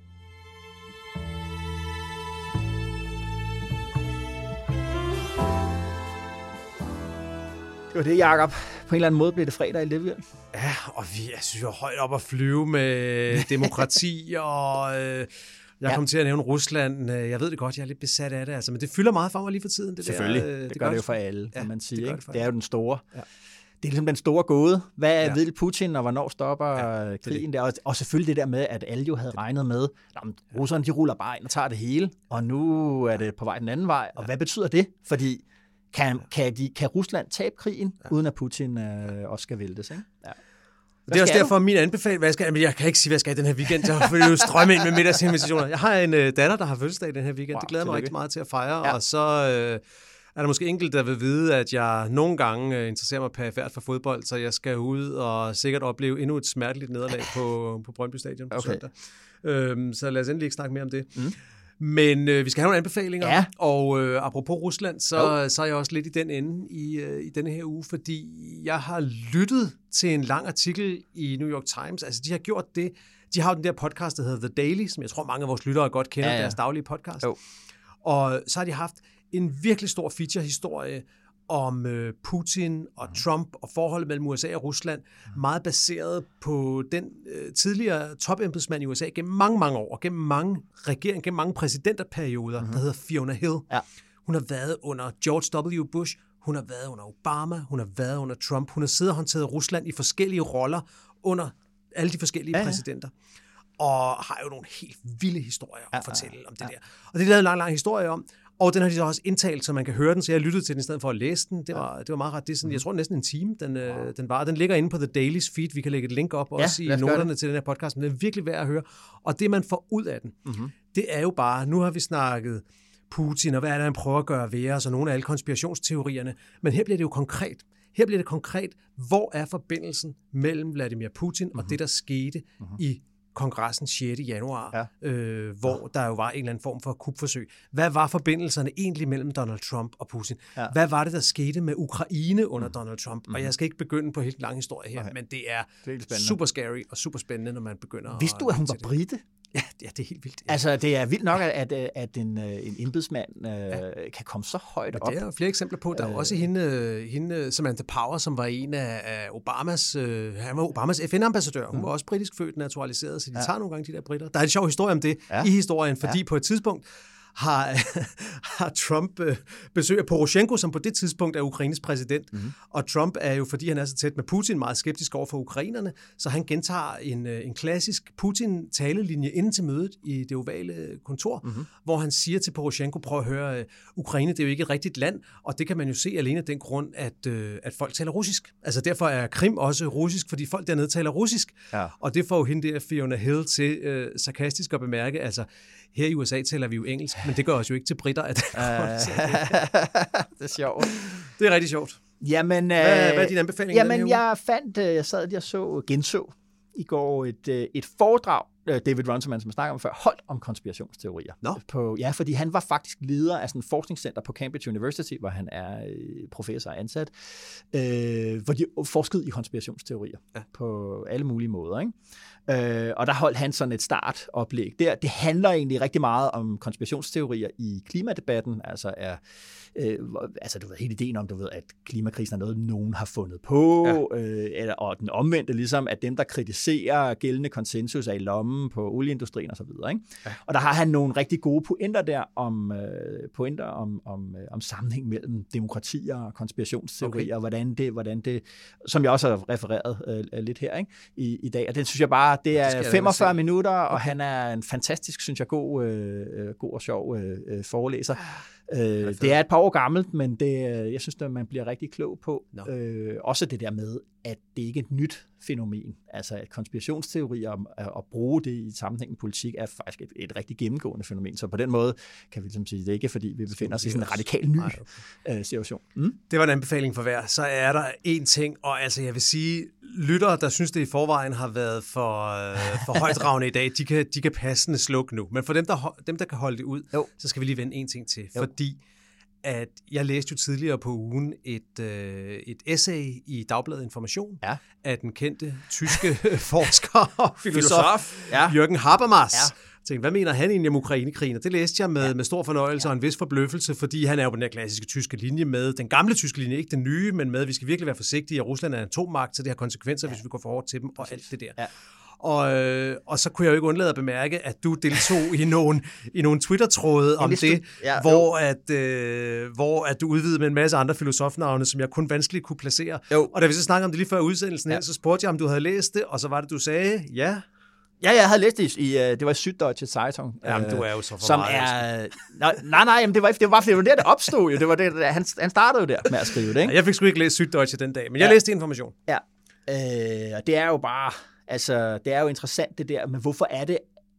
Det var det, Jacob. På en eller anden måde blev det fredag i Levevjern. Ja, og vi, jeg synes, vi er højt op at flyve med demokrati og... Øh, Jeg kom ja. til at nævne Rusland. Jeg ved det godt, jeg er lidt besat af det, altså, men det fylder meget for mig lige for tiden. Det Selvfølgelig, der, det, det gør det jo for alle, kan ja, man sige. Det, det, det, det er jo den store. Ja. Det er ligesom den store gåde. Hvad ja. ved Putin, og hvornår stopper ja, krigen der? Og, og selvfølgelig det der med, at alle jo havde regnet med, at russerne de ruller bare ind og tager det hele, og nu er det på vej den anden vej. Og ja. hvad betyder det? Fordi kan, kan, de, kan Rusland tabe krigen, ja. uden at Putin øh, også skal væltes? Ikke? Ja. Det er også derfor min anbefaling, hvad jeg skal, men jeg kan ikke sige, hvad jeg skal den her weekend, så vil jeg jo strømme ind med middagsinvitationer. Jeg har en øh, datter, der har fødselsdag den her weekend, wow, det glæder mig rigtig meget til at fejre, ja. og så øh, er der måske enkelt, der vil vide, at jeg nogle gange interesserer mig perifært for fodbold, så jeg skal ud og sikkert opleve endnu et smerteligt nederlag på, på Brøndby Stadion på okay. søndag. Øhm, så lad os endelig ikke snakke mere om det. Mm. Men øh, vi skal have nogle anbefalinger, ja. og øh, apropos Rusland, så, så er jeg også lidt i den ende i, øh, i denne her uge, fordi jeg har lyttet til en lang artikel i New York Times. Altså, de har gjort det. De har jo den der podcast, der hedder The Daily, som jeg tror, mange af vores lyttere godt kender, ja, ja. deres daglige podcast. Jo. Og så har de haft en virkelig stor feature-historie om øh, Putin og mm. Trump og forholdet mellem U S A og Rusland, mm. meget baseret på den øh, tidligere topembedsmand i U S A gennem mange, mange år, gennem mange regeringer, gennem mange præsidenterperioder, mm. der hedder Fiona Hill. Ja. Hun har været under George W. Bush, hun har været under Obama, hun har været under Trump, hun har siddet og håndteret Rusland i forskellige roller under alle de forskellige ja, ja. præsidenter. Og har jo nogle helt vilde historier at ja, fortælle om det ja. der. Og det er lavet en lang, lang historie om, og den har de så også indtalt, så man kan høre den, så jeg lyttede til den i stedet for at læse den. Det var, ja. det var meget ret. Det er sådan, jeg tror næsten en time, den, wow. øh, den var. Den ligger inde på The Daily's feed. Vi kan lægge et link op ja, også i noterne til den her podcast, men det er virkelig værd at høre. Og det, man får ud af den, mm-hmm. det er jo bare, nu har vi snakket Putin, og hvad er det, han prøver at gøre ved os, og nogle af alle konspirationsteorierne. Men her bliver det jo konkret. Her bliver det konkret, hvor er forbindelsen mellem Vladimir Putin mm-hmm. og det, der skete mm-hmm. i kongressen sjette januar, ja. øh, hvor ja. der jo var en eller anden form for kupforsøg. Hvad var forbindelserne egentlig mellem Donald Trump og Putin? Ja. Hvad var det, der skete med Ukraine under mm. Donald Trump? Mm. Og jeg skal ikke begynde på en helt lang historie her, okay. men det er, det er super scary og super spændende, når man begynder Vidste at... du, at hun var brite? Ja, ja, det er helt vildt. Ja. Altså, det er vildt nok, at, at en, en embedsmand øh, ja. kan komme så højt op. Det er flere eksempler på. Der er øh, også hende, hende, Samantha Power, som var en af, af Obamas, øh, han var Obamas F N-ambassadør. Hun mm. var også britisk født, naturaliseret, så de ja. tager nogle gange de der britter. Der er en sjov historie om det ja. i historien, fordi ja. på et tidspunkt har, har Trump øh, besøg af Poroshenko, som på det tidspunkt er Ukraines præsident. Mm-hmm. Og Trump er jo, fordi han er så tæt med Putin, meget skeptisk over for ukrainerne, så han gentager en, en klassisk Putin-talelinje inden til mødet i det ovale kontor, mm-hmm. hvor han siger til Poroshenko, prøv at høre, Ukraine, det er jo ikke et rigtigt land, og det kan man jo se alene af den grund, at, øh, at folk taler russisk. Altså derfor er Krim også russisk, fordi folk dernede taler russisk. Ja. Og det får jo hende der Fiona Hill til øh, sarkastisk at bemærke, altså her i U S A taler vi jo engelsk, men det gør os jo ikke til britter, at det det er sjovt. Det er rigtig sjovt. Jamen, hvad, hvad er din anbefaling? Jamen, jeg fandt, jeg sad og så, genså i går et, et foredrag, David Runciman, som jeg snakker om før, holdt om konspirationsteorier. No. På, ja, fordi han var faktisk leder af sådan et forskningscenter på Cambridge University, hvor han er professor ansat, øh, hvor de forskede i konspirationsteorier ja. på alle mulige måder, ikke? Øh, og der holdt han sådan et startoplæg der. Det handler egentlig rigtig meget om konspirationsteorier i klimadebatten, altså er øh, altså du ved, hele ideen om, du ved, at klimakrisen er noget, nogen har fundet på, ja. øh, eller, og den omvendte ligesom, at dem, der kritiserer gældende konsensus, er i lommen på olieindustrien og så videre, ikke? Ja. Og der har han nogle rigtig gode pointer der om, øh, pointer om, om, øh, om sammenhæng mellem demokratier og konspirationsteorier, okay. og hvordan det, hvordan det, som jeg også har refereret øh, lidt her, ikke? I, i dag, og den synes jeg bare, det er det femogfyrre minutter, og okay. han er en fantastisk, synes jeg, god, øh, god og sjov øh, forelæser. Øh, det er et par år gammelt, men det, jeg synes, at man bliver rigtig klog på. No. Øh, også det der med, at det ikke er et nyt fænomen. Altså, at konspirationsteorier og at bruge det i sammenhæng med politik er faktisk et, et rigtig gennemgående fænomen. Så på den måde kan vi ligesom sige, det er ikke, fordi vi befinder os i sådan en radikal ny Nej, okay. øh, situation. Mm? Det var en anbefaling for hver. Så er der én ting, og altså jeg vil sige, lyttere, der synes, det i forvejen har været for, øh, for højtravende i dag, de kan, de kan passende slukke nu. Men for dem, der, dem, der kan holde det ud, jo. så skal vi lige vende en ting til. Jo. Fordi at jeg læste jo tidligere på ugen et, øh, et essay i Dagbladet Information ja. af den kendte tyske forsker og filosof, filosof. Ja. Jürgen Habermas. Ja. Jeg tænkte, hvad mener han egentlig om Ukrainekrigen? Og det læste jeg med, ja. med stor fornøjelse ja. og en vis forbløffelse, fordi han er jo på den her klassiske tyske linje med, den gamle tyske linje, ikke den nye, men med, at vi skal virkelig være forsigtige, og Rusland er en atommagt, så det har konsekvenser, ja. hvis vi går for hårdt til dem, og Præcis. alt det der. Ja. Og, øh, og så kunne jeg jo ikke undlade at bemærke, at du deltog i nogle, i nogle Twitter-tråde om det, ja, hvor, at, øh, hvor at du udvidede med en masse andre filosofnavne, som jeg kun vanskeligt kunne placere. Jo. Og da vi så snakkede om det lige før udsendelsen ja. her, så spurgte jeg, om du havde læst det, og så var det, du sagde, ja. Ja, jeg havde læst det i, det var i Süddeutsche Zeitung. Jamen, du er jo så for som meget. Er, nej, nej, nej, det var, det var, det var der, det opstod jo. Det var det, han, han startede jo der med at skrive det, ikke? Ja, jeg fik sgu ikke læst Süddeutsche den dag, men jeg ja. læste information. Ja, øh, det er jo bare... Altså, det er jo interessant det der, men hvorfor er det,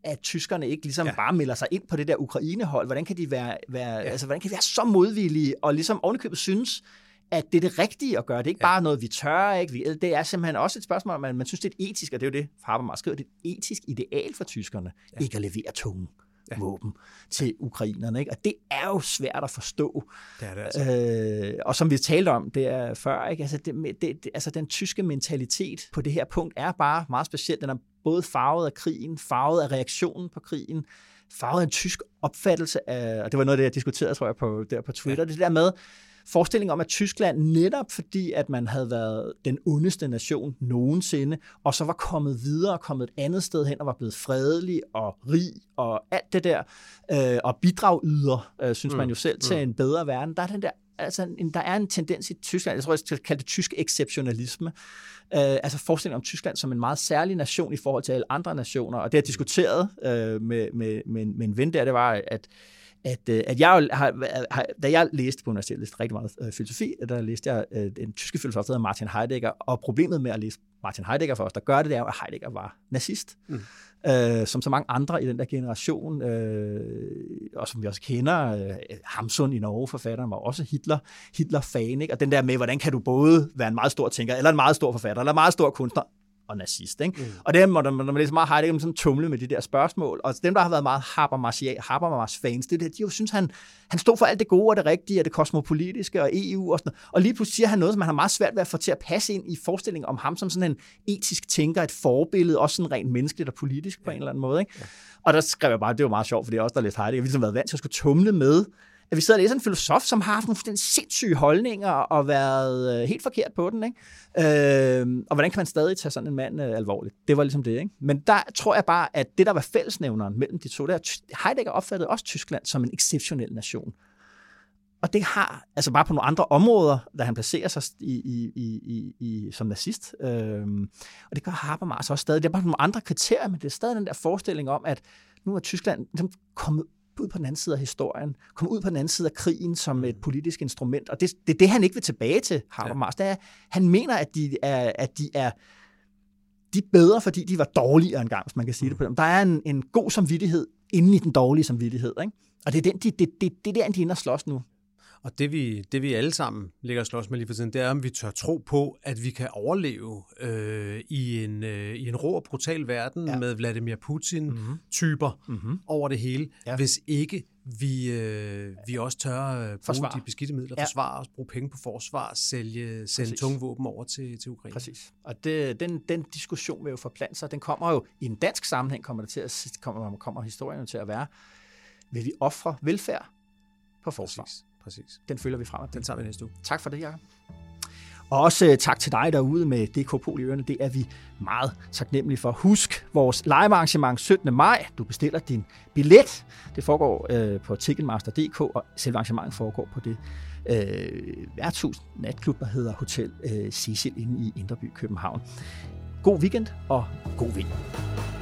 at tyskerne ikke ligesom ja. bare melder sig ind på det der Ukraine-hold? Hvordan kan de være, være, ja. altså, hvordan kan de være så modvillige, og ligesom ovenikøbet synes, at det er det rigtige at gøre? Det er ikke ja. bare noget, vi tør, ikke? Vi, det er simpelthen også et spørgsmål, om man, man synes, det er et etisk, og det er jo det, Habermas skriver, det er et etisk ideal for tyskerne, ja. ikke at levere tunge ja. våben til ukrainerne, ikke? Og det er jo svært at forstå. Det er det altså. Øh, og som vi talte om det er før, ikke? Altså, det, det, det, altså den tyske mentalitet på det her punkt er bare meget speciel. Den er både farvet af krigen, farvet af reaktionen på krigen, farvet af en tysk opfattelse af, og det var noget af det, jeg diskuterede, tror jeg, på, der på Twitter, ja. det der med forestilling om, at Tyskland netop fordi, at man havde været den ondeste nation nogensinde, og så var kommet videre, kommet et andet sted hen, og var blevet fredelig og rig, og alt det der, øh, og bidragyder, øh, synes mm. man jo selv, til mm. en bedre verden. Der er den der, altså, en, der er en tendens i Tyskland, jeg tror, jeg skal kalde det tysk exceptionalisme, øh, altså forestilling om Tyskland som en meget særlig nation i forhold til alle andre nationer, og det jeg diskuterede øh, med, med, med, med en ven der, det var, at At, at jeg har, har, da jeg læste på universitetet, læste rigtig meget øh, filosofi, der læste jeg øh, en tyske filosof, der hedder Martin Heidegger, og problemet med at læse Martin Heidegger for os, der gør det, det er jo, at Heidegger var nazist, mm. øh, som så mange andre i den der generation, øh, og som vi også kender, øh, Hamsun i Norge, forfatteren, var også Hitler, Hitler-fan, ikke? Og den der med, hvordan kan du både være en meget stor tænker, eller en meget stor forfatter, eller en meget stor kunstner, og nazist, ikke? Mm. Og det må man læse meget Heidegger sådan tumle med de der spørgsmål. Og dem, der har været meget Habermas-fans, det er det, de jo synes, han, han stod for alt det gode og det rigtige, og det kosmopolitiske og E U og sådan noget. Og lige pludselig siger han noget, som han har meget svært ved at få til at passe ind i forestillingen om ham som sådan en etisk tænker, et forbillede, også sådan rent menneskeligt og politisk på en eller anden måde, ikke? Ja. Og der skrev jeg bare, det var meget sjovt, fordi jeg også der læste Heidegger, jeg har ligesom været vant til at skulle tumle med, at vi sidder og læser en filosof, som har haft nogle fuldstændig sindssyge holdninger og været helt forkert på den, ikke? Øh, og hvordan kan man stadig tage sådan en mand øh, alvorligt? Det var ligesom det, ikke? Men der tror jeg bare, at det, der var fællesnævneren mellem de to, der Heidegger opfattede også Tyskland som en exceptionel nation. Og det har, altså bare på nogle andre områder, da han placerer sig i, i, i, i, som nazist. Øh, og det gør Habermas også stadig. Det er bare nogle andre kriterier, men det er stadig den der forestilling om, at nu er Tyskland ligesom kommet ud på den anden side af historien, komme ud på den anden side af krigen som et politisk instrument, og det, det er det, han ikke vil tilbage til, Habermas. Ja. Det er, han mener, at de er, at de er de er bedre, fordi de var dårligere engang, hvis man kan sige mm. det på dem. Der er en, en god samvittighed inden i den dårlige samvittighed, ikke? Og det er den, de, det, det, det er der, de ender slås nu. Og det vi, det vi alle sammen ligger og slås med lige for tiden, det er, om vi tør tro på, at vi kan overleve øh, i, en, øh, i en rå og brutal verden ja. med Vladimir Putin-typer mm-hmm. mm-hmm. over det hele, ja. hvis ikke vi, øh, vi også tør øh, bruge forsvar. de beskidte midler, ja. forsvare os, bruge penge på forsvar, sælge, sende tunge våben over til, til Ukraine. Præcis. Og det, den, den diskussion vil jo forplante sig. Den kommer jo i en dansk sammenhæng, kommer, det til at, kommer, kommer historien til at være, vil vi ofre velfærd på forsvar? Præcis. Præcis. Den følger vi frem. Den tager vi næste uge. Tak for det, Jacob. Og også tak til dig derude med D K Pol i ørene. Det er vi meget taknemmelige for. Husk vores live-arrangement syttende maj. Du bestiller din billet. Det foregår øh, på ticketmaster punktum d k, og selve arrangementet foregår på det øh, værtshus, natklub, der hedder Hotel øh, Cecil inde i Indre By, København. God weekend og god vind.